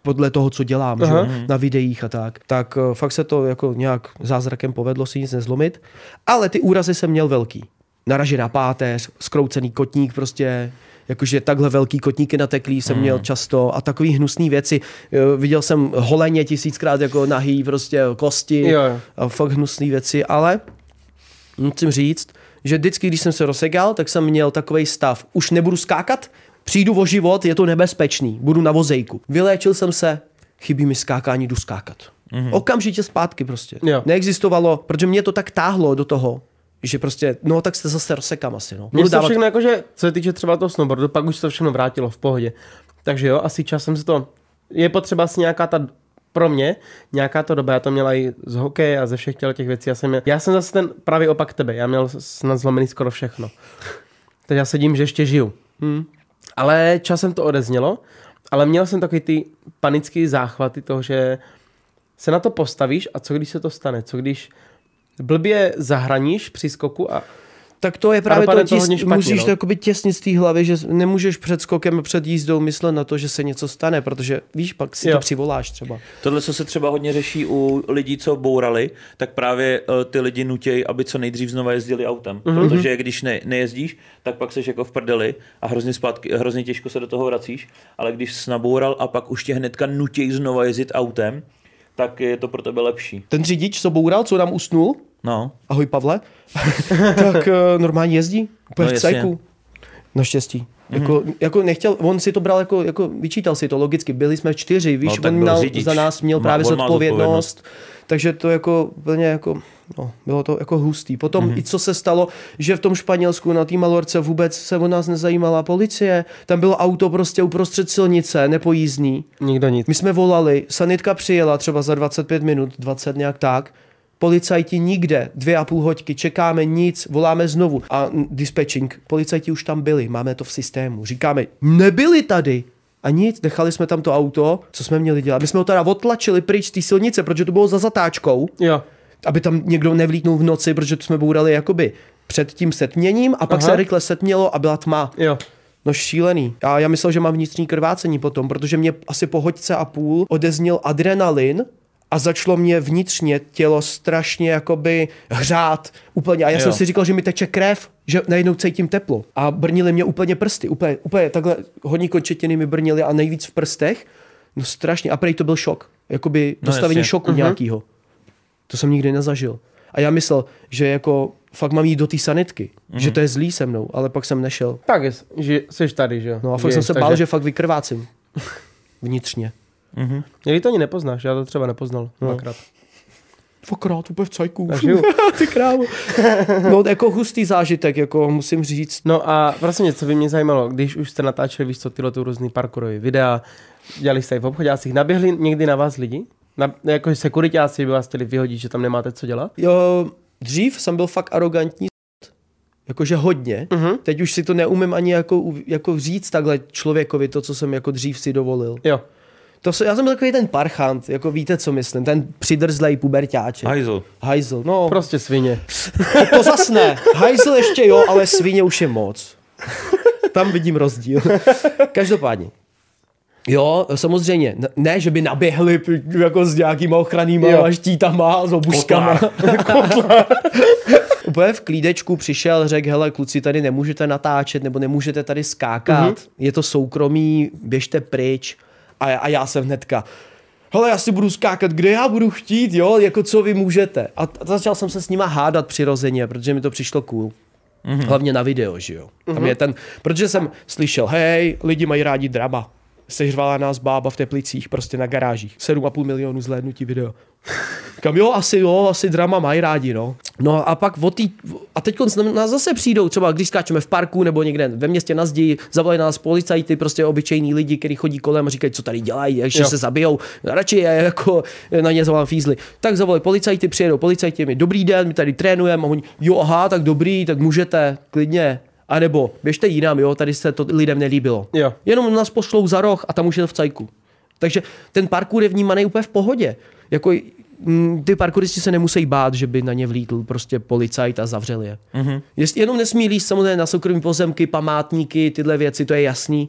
podle toho, co dělám, že? Na videích a tak. Tak uh, fakt se to jako nějak zázrakem povedlo si nic nezlomit. Ale ty úrazy jsem měl velký. Naražená páteř, zkroucený kotník prostě, jakože takhle velký kotníky nateklý jsem mm. měl často a takový hnusný věci. Viděl jsem holeně tisíckrát jako nahý prostě kosti jo, jo. a fakt hnusný věci, ale musím říct, že vždycky, když jsem se rozsegal, tak jsem měl takovej stav. Už nebudu skákat, přijdu o život, je to nebezpečný, budu na vozejku. Vyléčil jsem se, chybí mi skákání, jdu skákat. Mm. Okamžitě zpátky prostě. Jo. Neexistovalo, protože mě to tak táhlo do toho, že prostě, no tak se zase rozsekám asi, no. Mně dávat... všechno jakože, co se týče třeba toho snowboardu, pak už se to všechno vrátilo v pohodě. Takže jo, asi časem se to, je potřeba si nějaká ta, pro mě, nějaká to doba, já to měla i z hokeje a ze všech těch věcí, já jsem, měl, já jsem zase ten pravý opak tebe, já měl snad zlomený skoro všechno. Teď já sedím, že ještě žiju. Hmm. Ale časem to odeznělo, ale měl jsem takový ty panický záchvaty toho, že se na to postavíš a co když se to stane, co když blbě zahraníš při skoku a tak to je právě to, těs, špatně, musíš no. to jakoby těsnit z té hlavy, že nemůžeš před skokem, před jízdou myslet na to, že se něco stane, protože víš, pak si jo. to přivoláš třeba. Tohle, co se třeba hodně řeší u lidí, co bourali, tak právě uh, ty lidi nutějí, aby co nejdřív znova jezdili autem, mm-hmm. protože když ne, nejezdíš, tak pak seš jako v prdeli a hrozně, zpátky, hrozně těžko se do toho vracíš, ale když jsi naboural a pak už tě hnedka nutějí znova jezdit autem, tak je to pro tebe lepší. Ten řidič, co boural, co nám usnul, no. Ahoj Pavle, tak uh, normálně jezdí, úplně no, v cajku. Naštěstí. Mm-hmm. Jako, jako nechtěl, on si to bral jako, jako vyčítal si to logicky, byli jsme čtyři, víš, no, on měl, za nás měl právě zodpovědnost, takže to jako úplně jako, no, bylo to jako hustý. Potom mm-hmm. i co se stalo, že v tom Španělsku na té Malorce vůbec se o nás nezajímala policie, tam bylo auto prostě uprostřed silnice, nepojízdný. Nikdo nic. My jsme volali, sanitka přijela třeba za dvacet pět minut, dvacet nějak tak, policajti nikde, dvě a půl hoďky, čekáme nic, voláme znovu a dispatching, policajti už tam byli, máme to v systému, říkáme, nebyli tady a nic, nechali jsme tam to auto, co jsme měli dělat, my jsme ho teda odtlačili pryč z té silnice, protože to bylo za zatáčkou, jo. aby tam někdo nevlítnul v noci, protože to jsme bourali jakoby před tím setměním a pak Aha. se rychle setmělo a byla tma. Jo. No šílený. A já myslel, že mám vnitřní krvácení potom, protože mě asi po hoďce a půl odezněl adrenalin, a začalo mě vnitřně tělo strašně jakoby hřát úplně. A já jo. jsem si říkal, že mi teče krev, že najednou cítím teplo. A brnily mě úplně prsty, úplně, úplně takhle hodní končetiny mi brnily a nejvíc v prstech. No strašně. A prej to byl šok. Jakoby no, dostavení jasně. šoku uh-huh. nějakýho. To jsem nikdy nezažil. A já myslel, že jako fakt mám jít do té sanitky. Uh-huh. Že to je zlý se mnou, ale pak jsem nešel. Tak je, že jsi tady, že jo. No a fakt jsem se bál, že fakt vykrvácím. Vnitřně. Mhm. Někdy to ani nepoznáš, já to třeba nepoznal no. dvakrát. Dvakrát, úplně v cajku. Ty krávo. No jako hustý zážitek, jako musím říct. No a vlastně co by mě zajímalo, když už jste natáčeli, víš co, tyhle tu různý parkourové videa, dělali jste i v obchodácích, naběhli někdy na vás lidi? Na, jako sekuritáci by vás chtěli vyhodit, že tam nemáte co dělat? Jo, dřív jsem byl fakt arrogantní, jakože hodně. Uh-huh. Teď už si to neumím ani jako, jako říct takhle člověkovi to, co jsem jako dřív si dovolil. Jo. To, já jsem byl takový ten parchant, jako víte, co myslím, ten přidrzlej puberťáček. Hajzl. Hajzl, no. Prostě svině. To, to zas ne. Hajzl ještě jo, ale svině už je moc. Tam vidím rozdíl. Každopádně. Jo, samozřejmě. Ne, že by naběhli jako s nějakýma ochrannýma jo. štítama, s obuškama. Úplně v klídečku přišel, řekl, hele kluci, tady nemůžete natáčet, nebo nemůžete tady skákat. Uh-huh. Je to soukromí, běžte pryč. A, a já jsem hnedka, hele, já si budu skákat, kde já budu chtít, jo, jako co vy můžete. A, a začal jsem se s nima hádat přirozeně, protože mi to přišlo cool. Mm-hmm. Hlavně na video, že jo. Mm-hmm. Tam je ten, protože jsem slyšel, hej, lidi mají rádi drama. Sežrvala nás bába v Teplicích, prostě na garážích. sedm a půl milionu zhlédnutí video. Kam jo, asi jo, asi drama mají rádi, no. No a pak o tý, a teď nás zase přijdou, třeba když skáčeme v parku nebo někde ve městě na zdi, zavolají nás policajty, prostě obyčejní lidi, kteří chodí kolem a říkají, co tady dělají, ještě se zabijou. Radši je jako na ně zavolám fízly. Tak zavolají policajty, přijedou policajti, mi dobrý den, my tady trénujeme, a oni, jo, aha, tak dobrý, tak můžete, klidně. A nebo běžte jinam, jo, tady se to lidem nelíbilo. Jo. Jenom nás pošlou za roh a tam už je to v cajku. Takže ten parkour je vnímaný úplně v pohodě. Jako ty parkouristi se nemusí bát, že by na ně vlítl prostě policajt a zavřel je. Mm-hmm. Jest, jenom nesmí líst samozřejmě na soukromí pozemky, památníky, tyhle věci, to je jasný.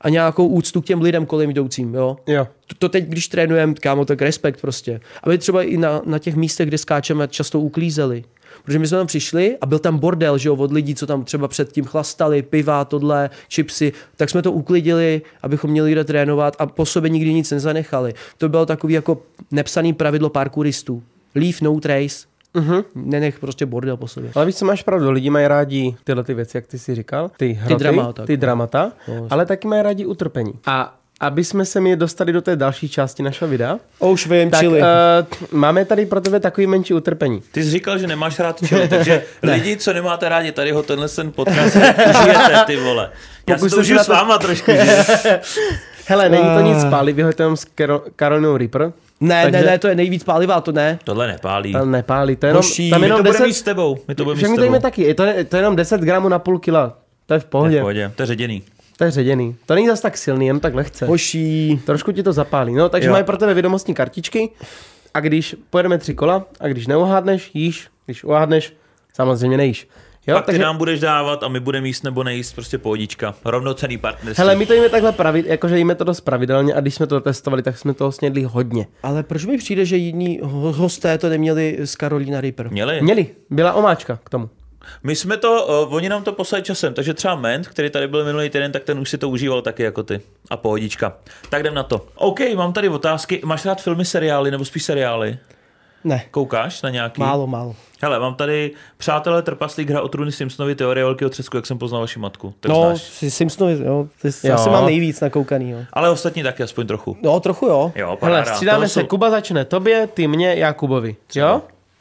a nějakou úctu k těm lidem kolem jdoucím, jo. Jo. To, to teď, když trénujeme, kámo, tak respekt prostě. Aby třeba i na, na těch místech, kde skáčeme, často uklízeli. Protože my jsme tam přišli a byl tam bordel, že jo, od lidí, co tam třeba předtím chlastali, piva, tohle, chipsy, tak jsme to uklidili, abychom měli kde trénovat a po sobě nikdy nic nezanechali. To bylo takový jako nepsaný pravidlo parkouristů. Leave no trace. Uh-huh. Nenech prostě bordel po sobě. Ale víš, co máš pravdu, lidi mají rádi tyhle ty věci, jak ty jsi říkal, ty hroty, ty dramata, ty dramata no, ale taky mají rádi utrpení. A aby jsme se mi dostali do té další části našeho videa, už vím, tak chili. uh, máme tady pro tebe takový menší utrpení. Ty jsi říkal, že nemáš rád chili, takže lidi, co nemáte rádi, tady ho tenhle ten podcast užijete, ty vole. Já Pokud si to užiju s váma trošku, že? Hele, není to nic pálivého, to jenom s Carolinou Reaper. Ne, takže... ne, ne, to je nejvíc pálivá, to ne. Tohle nepálí. Tam nepálí, to je jenom, Hoší, tam My jenom to budeme deset... mít s tebou. My to budeme mít s Však tebou. to taky, je to, to je jenom deset gramů na půl kila. To je v pohodě. V pohodě, to je ředěný. To je ředěný. To není zas tak silný, jen tak lehce. Hoší. Trošku ti to zapálí. No, takže Jo. mají pro tebe vědomostní kartičky a když pojedeme tři kola a když neuhádneš, jíš, když uhádneš, samozřejmě nejíš. Jo, Pak takže... ty nám budeš dávat a my budeme jíst nebo nejíst, prostě pohodička. Rovnocenný partnerství. Hele, my to jíme takhle pravid, jakože jíme to dost pravidelně a když jsme to testovali, tak jsme toho snědli hodně. Ale proč mi přijde, že jiní ho- hosté to neměli z Carolina Reaper? Měli. Měli, byla omáčka k tomu. My jsme to, uh, oni nám to poslali časem, takže třeba Ment, který tady byl minulý týden, tak ten už si to užíval taky jako ty. A pohodička. Tak jdem na to. OK, mám tady otázky. Máš rád filmy, seriály nebo spíš seriály? Ne, Koukáš na nějaký? málo, málo. Hele, mám tady Přátelé, trpaslík, Hra o trůny, Simpsonovi, Teorie velkého třesku, jak jsem poznal vaši matku. Tak No, znáš. si Simpsonovi, jo, ty jsi, Jo. asi mám nejvíc nakoukaný, jo. Ale ostatní taky aspoň trochu. No, trochu jo. Jo, Hele, paráda. střídáme Tohle se, jsou Kuba začne tobě, ty mě, já Kubovi. Jo?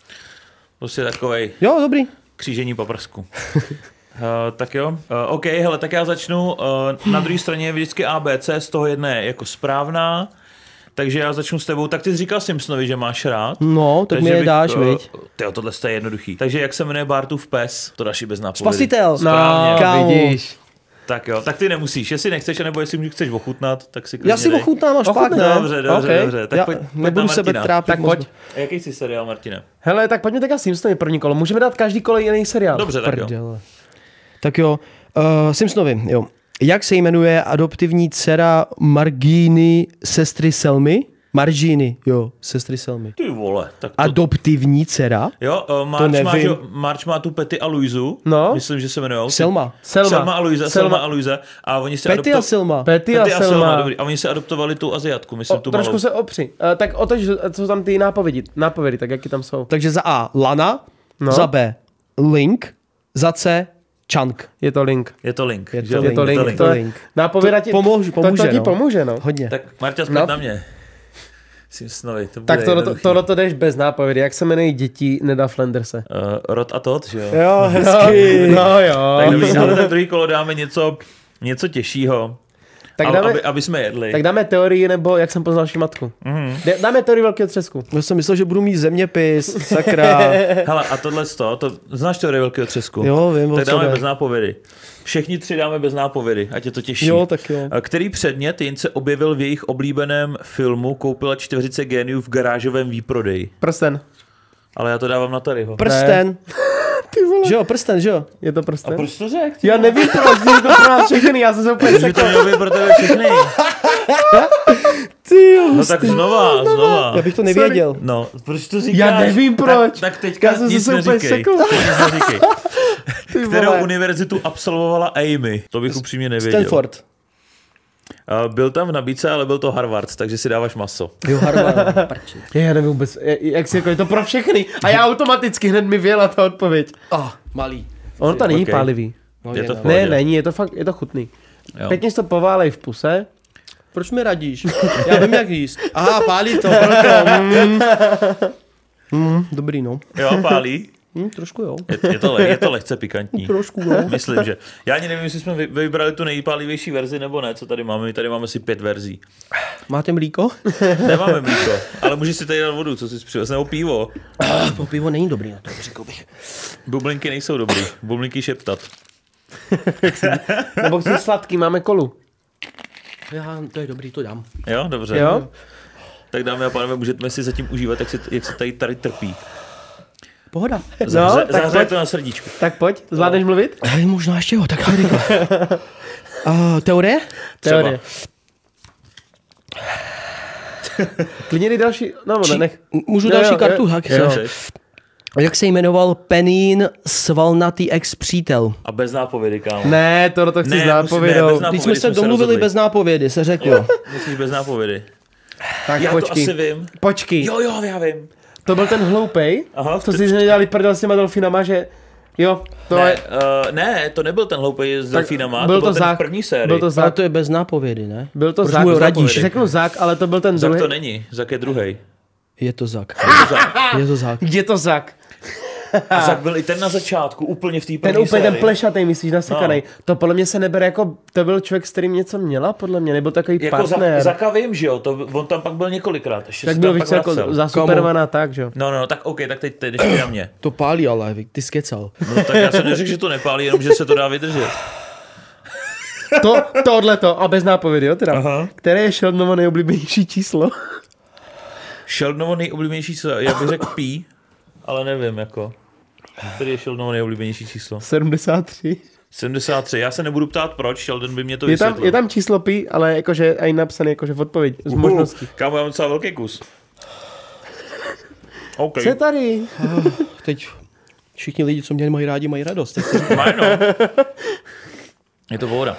prostě takovej Jo, dobrý. křížení po prsku. Uh, tak jo, uh, OK, hele, tak já začnu. Uh, na druhé straně je vždycky A B C, z toho jedna je jako správná, takže já začnu s tebou. Tak ty jsi říkal Simpsonovi, že máš rád. No, tak mi je dáš, viď? Tyjo, tohle je jednoduchý. Takže jak se jmenuje Bartův pes? To dáš i bez nápovědy. Spasitel. Správně. No, Kámo. vidíš. Tak jo, tak ty nemusíš, jestli nechceš, nebo jestli mi chceš ochutnat, tak si Já klidně si dej. ochutnám až pak, Ochutnej. ne? Dobře, dobře, Ok. dobře. Tak Já pojď, pojď nebudu na sebe Martina. trápit Tak moc. pojď. A jaký jsi seriál, Martine? Hele, tak pojďme teďka Simpsonovi první kolo. Můžeme dát každý kolo jiný seriál. Dobře, tak jo. Prdele. Tak jo, uh, Simpsonovi, jo. Jak se jmenuje adoptivní dcera Marginy sestry Selmy? Marginy, jo, sestry Selmy. Ty vole, tak to... Adoptivní dcera? Jo, uh, March, má, nevím. že, March má tu Petty a Luizu, No. myslím, že se jmenujou. Selma. Selma. Selma a Luisa, Selma. Selma a Luisa. A oni se Petty adopto- a Selma. Petty a Petty a Selma, Selma. dobrý. A oni se adoptovali tu Aziatku, myslím, O, tu trošku malou. se opři. Uh, tak otoč, co tam ty nápovědi, nápovědy, tak jaký tam jsou. Takže za A Lana, No. za B Link, za C Chunk. Je to Link. Je to Link. Je to že? Link. Je to Link. Link. To je, Link. nápověda To ti pomůže- pomůže, to, to ti no. pomůže, no. Hodně. Tak Marťa, zpět No. na mě. Simpsonovi, to bude Tak to, to, jednoduchý. to, to jdeš bez nápovědy. Jak se jmenují děti Neda Flanderse? Uh, Rod a Todd, že jo? Jo, hezky. No jo. Tak dobrý, na ten druhý kolo dáme něco, něco těžšího, Tak ale, dáme, aby, aby jsme jedli. tak dáme teorii, nebo jak jsem poznal vaši matku. Mm-hmm. Dáme teorii velkého třesku. Já jsem myslel, že budu mít zeměpis, sakra. Hele, a tohle to, to znáš teorii velkého třesku? Jo, vím, o Tak co dáme jde. bez nápovědy. Všichni tři dáme bez nápovědy, ať je to těžší. Jo, tak jo. A který předmět jen se objevil v jejich oblíbeném filmu Koupila čtveřice géniů v garážovém výprodeji? Prsten. Ale já to dávám na Tadyho. Prsten. Ty vole. Že jo, prsten, že jo? Je to A prsten? proč to řek? Já nevím proč, je to pro nás všechny, já jsem se úplně Že to sekl. mělo být pro tebe všechny. Ty jo, No tak znova, znova. já bych to nevěděl. No, proč to říkáš? Já nevím proč. Tak, tak teďka Já jsem nic se úplně neříkej. sekl. Teď nic neříkej. Ty Kterou vole. univerzitu absolvovala Amy? To bych upřímně nevěděl. Stanford. Uh, byl tam v nabídce, ale byl to Harvard, takže si dáváš maso. Jo, Harvard. Prči. Je, já nevím vůbec, je- jak si jako je to pro všechny. A já automaticky hned mi věla ta odpověď. Ah, malý. Ono to není Ok. pálivý. No, Je to no. v pohodě. Ne, není, je to fakt, je to chutný. Jo. Pěkně si to poválej v puse. Proč mi radíš? Já vím, jak jíst. Aha, pálí to, proto. Mm. Mm, dobrý, no. Jo, pálí. Mm, trošku jo. Je, je, to, le, je to lehce pikantní. Trošku, no. Myslím, že. Já ani nevím, jestli jsme vy- vybrali tu nejpálivější verzi nebo ne, co tady máme. My tady máme si pět verzí. Máte mlíko? Nemáme mlíko, ale můžeš si tady dát vodu, co jsi přivez, nebo pivo. To pivo není dobrý na to, řekl bych. Bublinky nejsou dobrý, bublinky šeptat. Nebo chci sladký, máme kolu. Já, to je dobrý, to dám. Jo, dobře. Jo? Tak dámy a pánové, můžeme si zatím užívat, jak se, jak se tady, tady trpí. Pohoda. Zahře, tak zahřeje pojď. to na srdíčku. Tak pojď, zvládneš mluvit? Ale možná ještě jo, tak rychle. Uh, teorie? Teorie. Klidně dej další, no Či, nech. Můžu Jo, další jo, kartu? jo. Jak, Jo. se, jak se jmenoval Penín svalnatý ex-přítel? A bez nápovědy, kámo. Ne, tohle to chci Ne, znát musím- ne, povědou. bez nápovědy. Když jsme se jsme se domluvili rozhodli. bez nápovědy, se řeklo. Musíš bez nápovědy. Tak Já počkej. to asi vím. Počkej, Jo, jo, já vím. to byl ten hloupej, Aha, co si dělali prdel s těma delfinama, že jo, to Ne, je, uh, ne, to nebyl ten hloupej s delfínama, byl to byl to ten Zák. v první sérii. Byl to Ale Zák, to je bez nápovědy, ne? byl to Proč Zák, mu Zák- radíš? Řeknu Zák, ale to byl ten Zak druhý. to není, Zak je druhej. Je to Zak. Je to Zak. Je to Zak. Je to Zák. A Zak byl i ten na začátku, úplně v té první Ten úplně ten sérii. plešatý, myslíš, nasekanej. No. To podle mě se nebere jako, to byl člověk, s kterým něco měla, podle mě, nebo takový Jako za, partner. Zaka vím, že jo, to, on tam pak byl několikrát. Ještě Tak se byl tam víc pak jako vracel. za Supermana, tak, že jo. No, no, tak OK, tak teď, teď ještě na mě. To pálí, ale ty skecal. No, tak já jsem neřekl, že to nepálí, jenom že se to dá vydržet. To, tohleto, a bez nápovědy, jo, teda. Aha. Které je Sheldnovo nejoblíbenější číslo? Sheldnovo nejoblíbenější číslo, já bych řekl P, ale nevím, jako. Který je Sheldnovo nejoblíbenější číslo? sedmdesát tři. sedmdesát tři, já se nebudu ptát proč, Sheldon by mě to Je tam, vysvětlil. je tam číslo pi, ale jakože aj napsaný jakože v odpověď z možností. Kámo, já mám docela velký kus. OK. Co je tady? Teď všichni lidi, co mě mají rádi, mají radost. Tak se Má, no. Je to voda.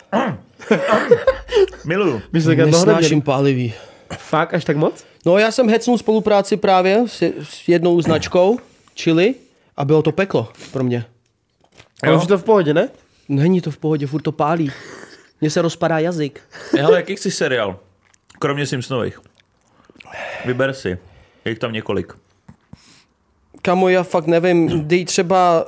Miluju. Víš, tak dlouho neměli. nesnáším pálivý. Fakt, až tak moc? No já jsem hecnul spolupráci právě s, s jednou značkou, Chili, a bylo to peklo pro mě. Ale už je to v pohodě, ne? Není to v pohodě, furt to pálí. Mně se rozpadá jazyk. Hele, jaký chci seriál? Kromě Simpsonových. Vyber si. Je jich tam několik. Kamo, já fakt nevím, dej třeba,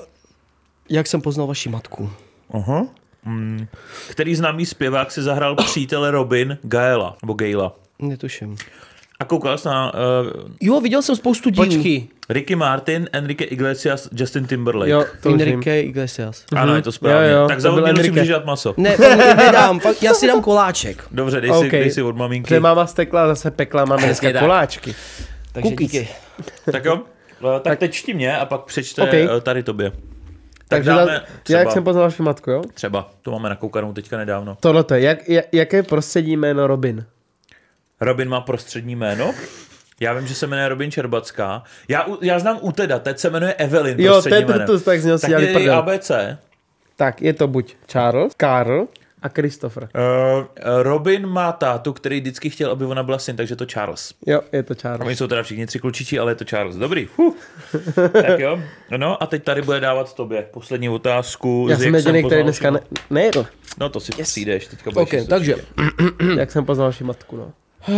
jak jsem poznal vaši matku. Aha. Mm. Který známý zpěvák si zahrál přítele Robin Gaela, nebo Gaela. Netuším. A koukal jsi na uh, Jo, viděl jsem spoustu dílů. Počkej. Ricky Martin, Enrique Iglesias, Justin Timberlake. Jo, to už vím. Enrique Iglesias. Ano, je to správně. Jo, jo, tak to za byl odměnu si Enrique. můžeš dát maso. Ne, fakt ne- nedám, fakt, já si dám koláček. Dobře, dej, si, OK. dej si od maminky. Protože máma stekla, zase pekla, máme dneska Přesně tak. koláčky. Takže Cookies. díky. Tak jo, tak, tak teď čti mě a pak přečte OK. okay. tady tobě. Tak Takže dáme za, třeba, jak jsem poznal vaši matku, jo? třeba, to máme nakoukanou teďka nedávno. Tohle je, jak, jak, jaké prostředí jméno Robin? Robin má prostřední jméno. Já vím, že se jmenuje Robin Čerbacká. Já, u- já znám u teda, teď se jmenuje Evelyn Jo, prostřední to je jménem. to, tak z něho si Tak dělali je prdel. A B C. Tak, je to buď Charles, Karl a Christopher. Uh, Robin má tátu, který vždycky chtěl, aby ona byla syn, takže to Charles. Jo, je to A Charles. oni jsou teda všichni tři klučiči, ale je to Charles. Dobrý. Huh. Tak jo. No a teď tady bude dávat tobě poslední otázku. Já z jsem jak jediný, který poznal dneska vaši- ne, nejedl. No to si yes. přijdeš, teďka budeš Ok, jíst takže určitě. Jak jsem poznal vaši matku, no.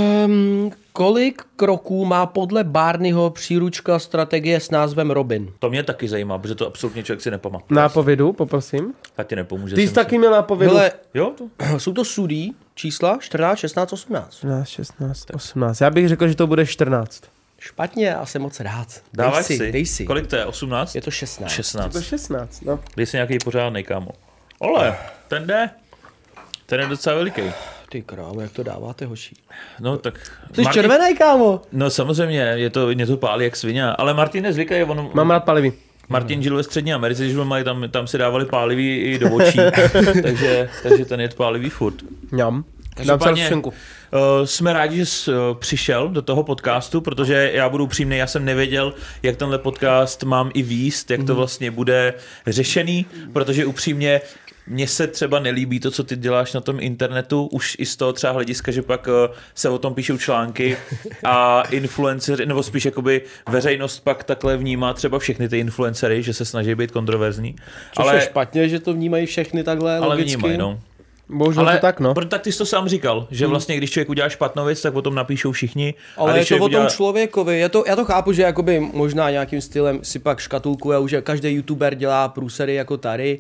um, kolik kroků má podle Barneyho příručka strategie s názvem Robin? To mě taky zajímá, protože to absolutně člověk si nepamatuje. Nápovědu, poprosím. Tak ti nepomůže. Ty jsi jsem taky si- měl nápovědu. Hele, Jo? To... jsou to sudí čísla čtrnáct, šestnáct, osmnáct. čtrnáct, šestnáct, osmnáct. Já bych řekl, že to bude čtrnáct. Špatně, já jsem moc rád. Dávaj dej si, si. Dej si. Kolik to je? osmnáct? Je to šestnáct. To šestnáct. šestnáct, no. Dej si nějaký pořádnej, kámo. Ole, ten jde. Ten je docela veliký. Ty krávo, jak to dáváte, hoší? No tak... Jsi červený, kámo? No samozřejmě, je to, mě to pálí jak svině. Ale Martin je zvyklý, on... Mám rád palivý. Martin žil ve Střední Americe, když byl malý, tam, tam si dávali pálivý i do očí. takže, takže ten je pálivý furt. Mňam. Dám Každopádně, se uh, Uh, jsme rádi, že jsi uh, přišel do toho podcastu, protože já budu upřímný, já jsem nevěděl, jak tenhle podcast mám i víst, jak to vlastně bude řešený, protože upřímně mně se třeba nelíbí to, co ty děláš na tom internetu, už i z toho třeba hlediska, že pak uh, se o tom píšou články a influenceři, nebo spíš jakoby veřejnost pak takhle vnímá třeba všechny ty influencery, že se snaží být kontroverzní. Což ale, je špatně, že to vnímají všechny takhle ale logicky. vnímají, no. bohužel to tak, no. proto tak ty jsi to sám říkal, že vlastně když člověk udělá špatnou věc, tak o tom napíšou všichni. Ale a je když to o člověk tom udělá... člověkovi. Je to, já to chápu, že jakoby možná nějakým stylem si pak škatulkuje už, že každý youtuber dělá průsery jako tady,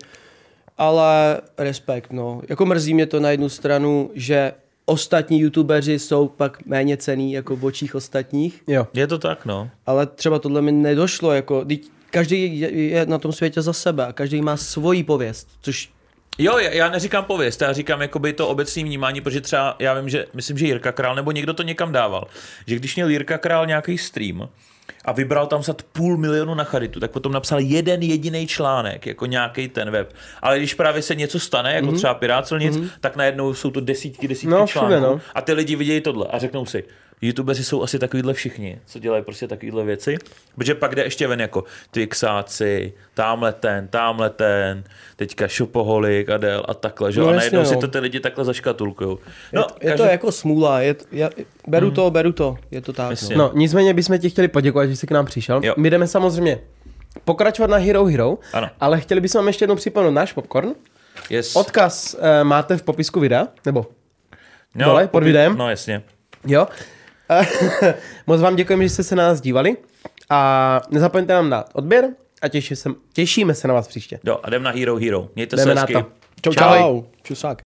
ale respekt, no. Jako mrzí mě to na jednu stranu, že ostatní youtubeři jsou pak méně cenný jako v očích ostatních, Jo. Je to tak, no. ale třeba tohle mi nedošlo, jako teď každý je, je na tom světě za sebe a každý má svoji pověst, což Jo, já já neříkám pověst, já říkám jakoby to obecné vnímání, protože třeba já vím, že myslím, že Jirka Král nebo někdo to někam dával, že když měl Jirka Král nějaký stream, a vybral tam snad půl milionu na charitu, tak potom napsal jeden jediný článek, jako nějaký ten web. Ale když právě se něco stane, jako mm-hmm. třeba Pirát silnic, mm-hmm. tak najednou jsou to desítky, desítky no, článků všude, no. a ty lidi vidějí tohle a řeknou si, YouTubeři jsou asi takovýhle všichni, co dělají prostě takovýhle věci, protože pak jde ještě ven jako Twixáci, támhle ten, támhle ten, teďka Šopoholik, Adel a takhle, že? No, a najednou jasně, si to ty lidi takhle zaškatulkujou. No, je, je každý... to jako smůla, je, já, beru hmm. to, beru to, je to tak. No. no, nicméně bychom ti chtěli poděkovat, že jsi k nám přišel. Jo. My jdeme samozřejmě pokračovat na Hero Hero, ano. ale chtěli bychom vám ještě jednou připomenout náš popcorn. Yes. Odkaz uh, máte v popisku videa, nebo no, dole pod videem. No jasně. Jo. Moc vám děkujeme, že jste se na nás dívali a nezapomeňte nám dát odběr a těší se, těšíme se na vás příště. Jo, a jdem na Hero Hero. Mějte jdeme se hezky. Čau, čau. Čusák.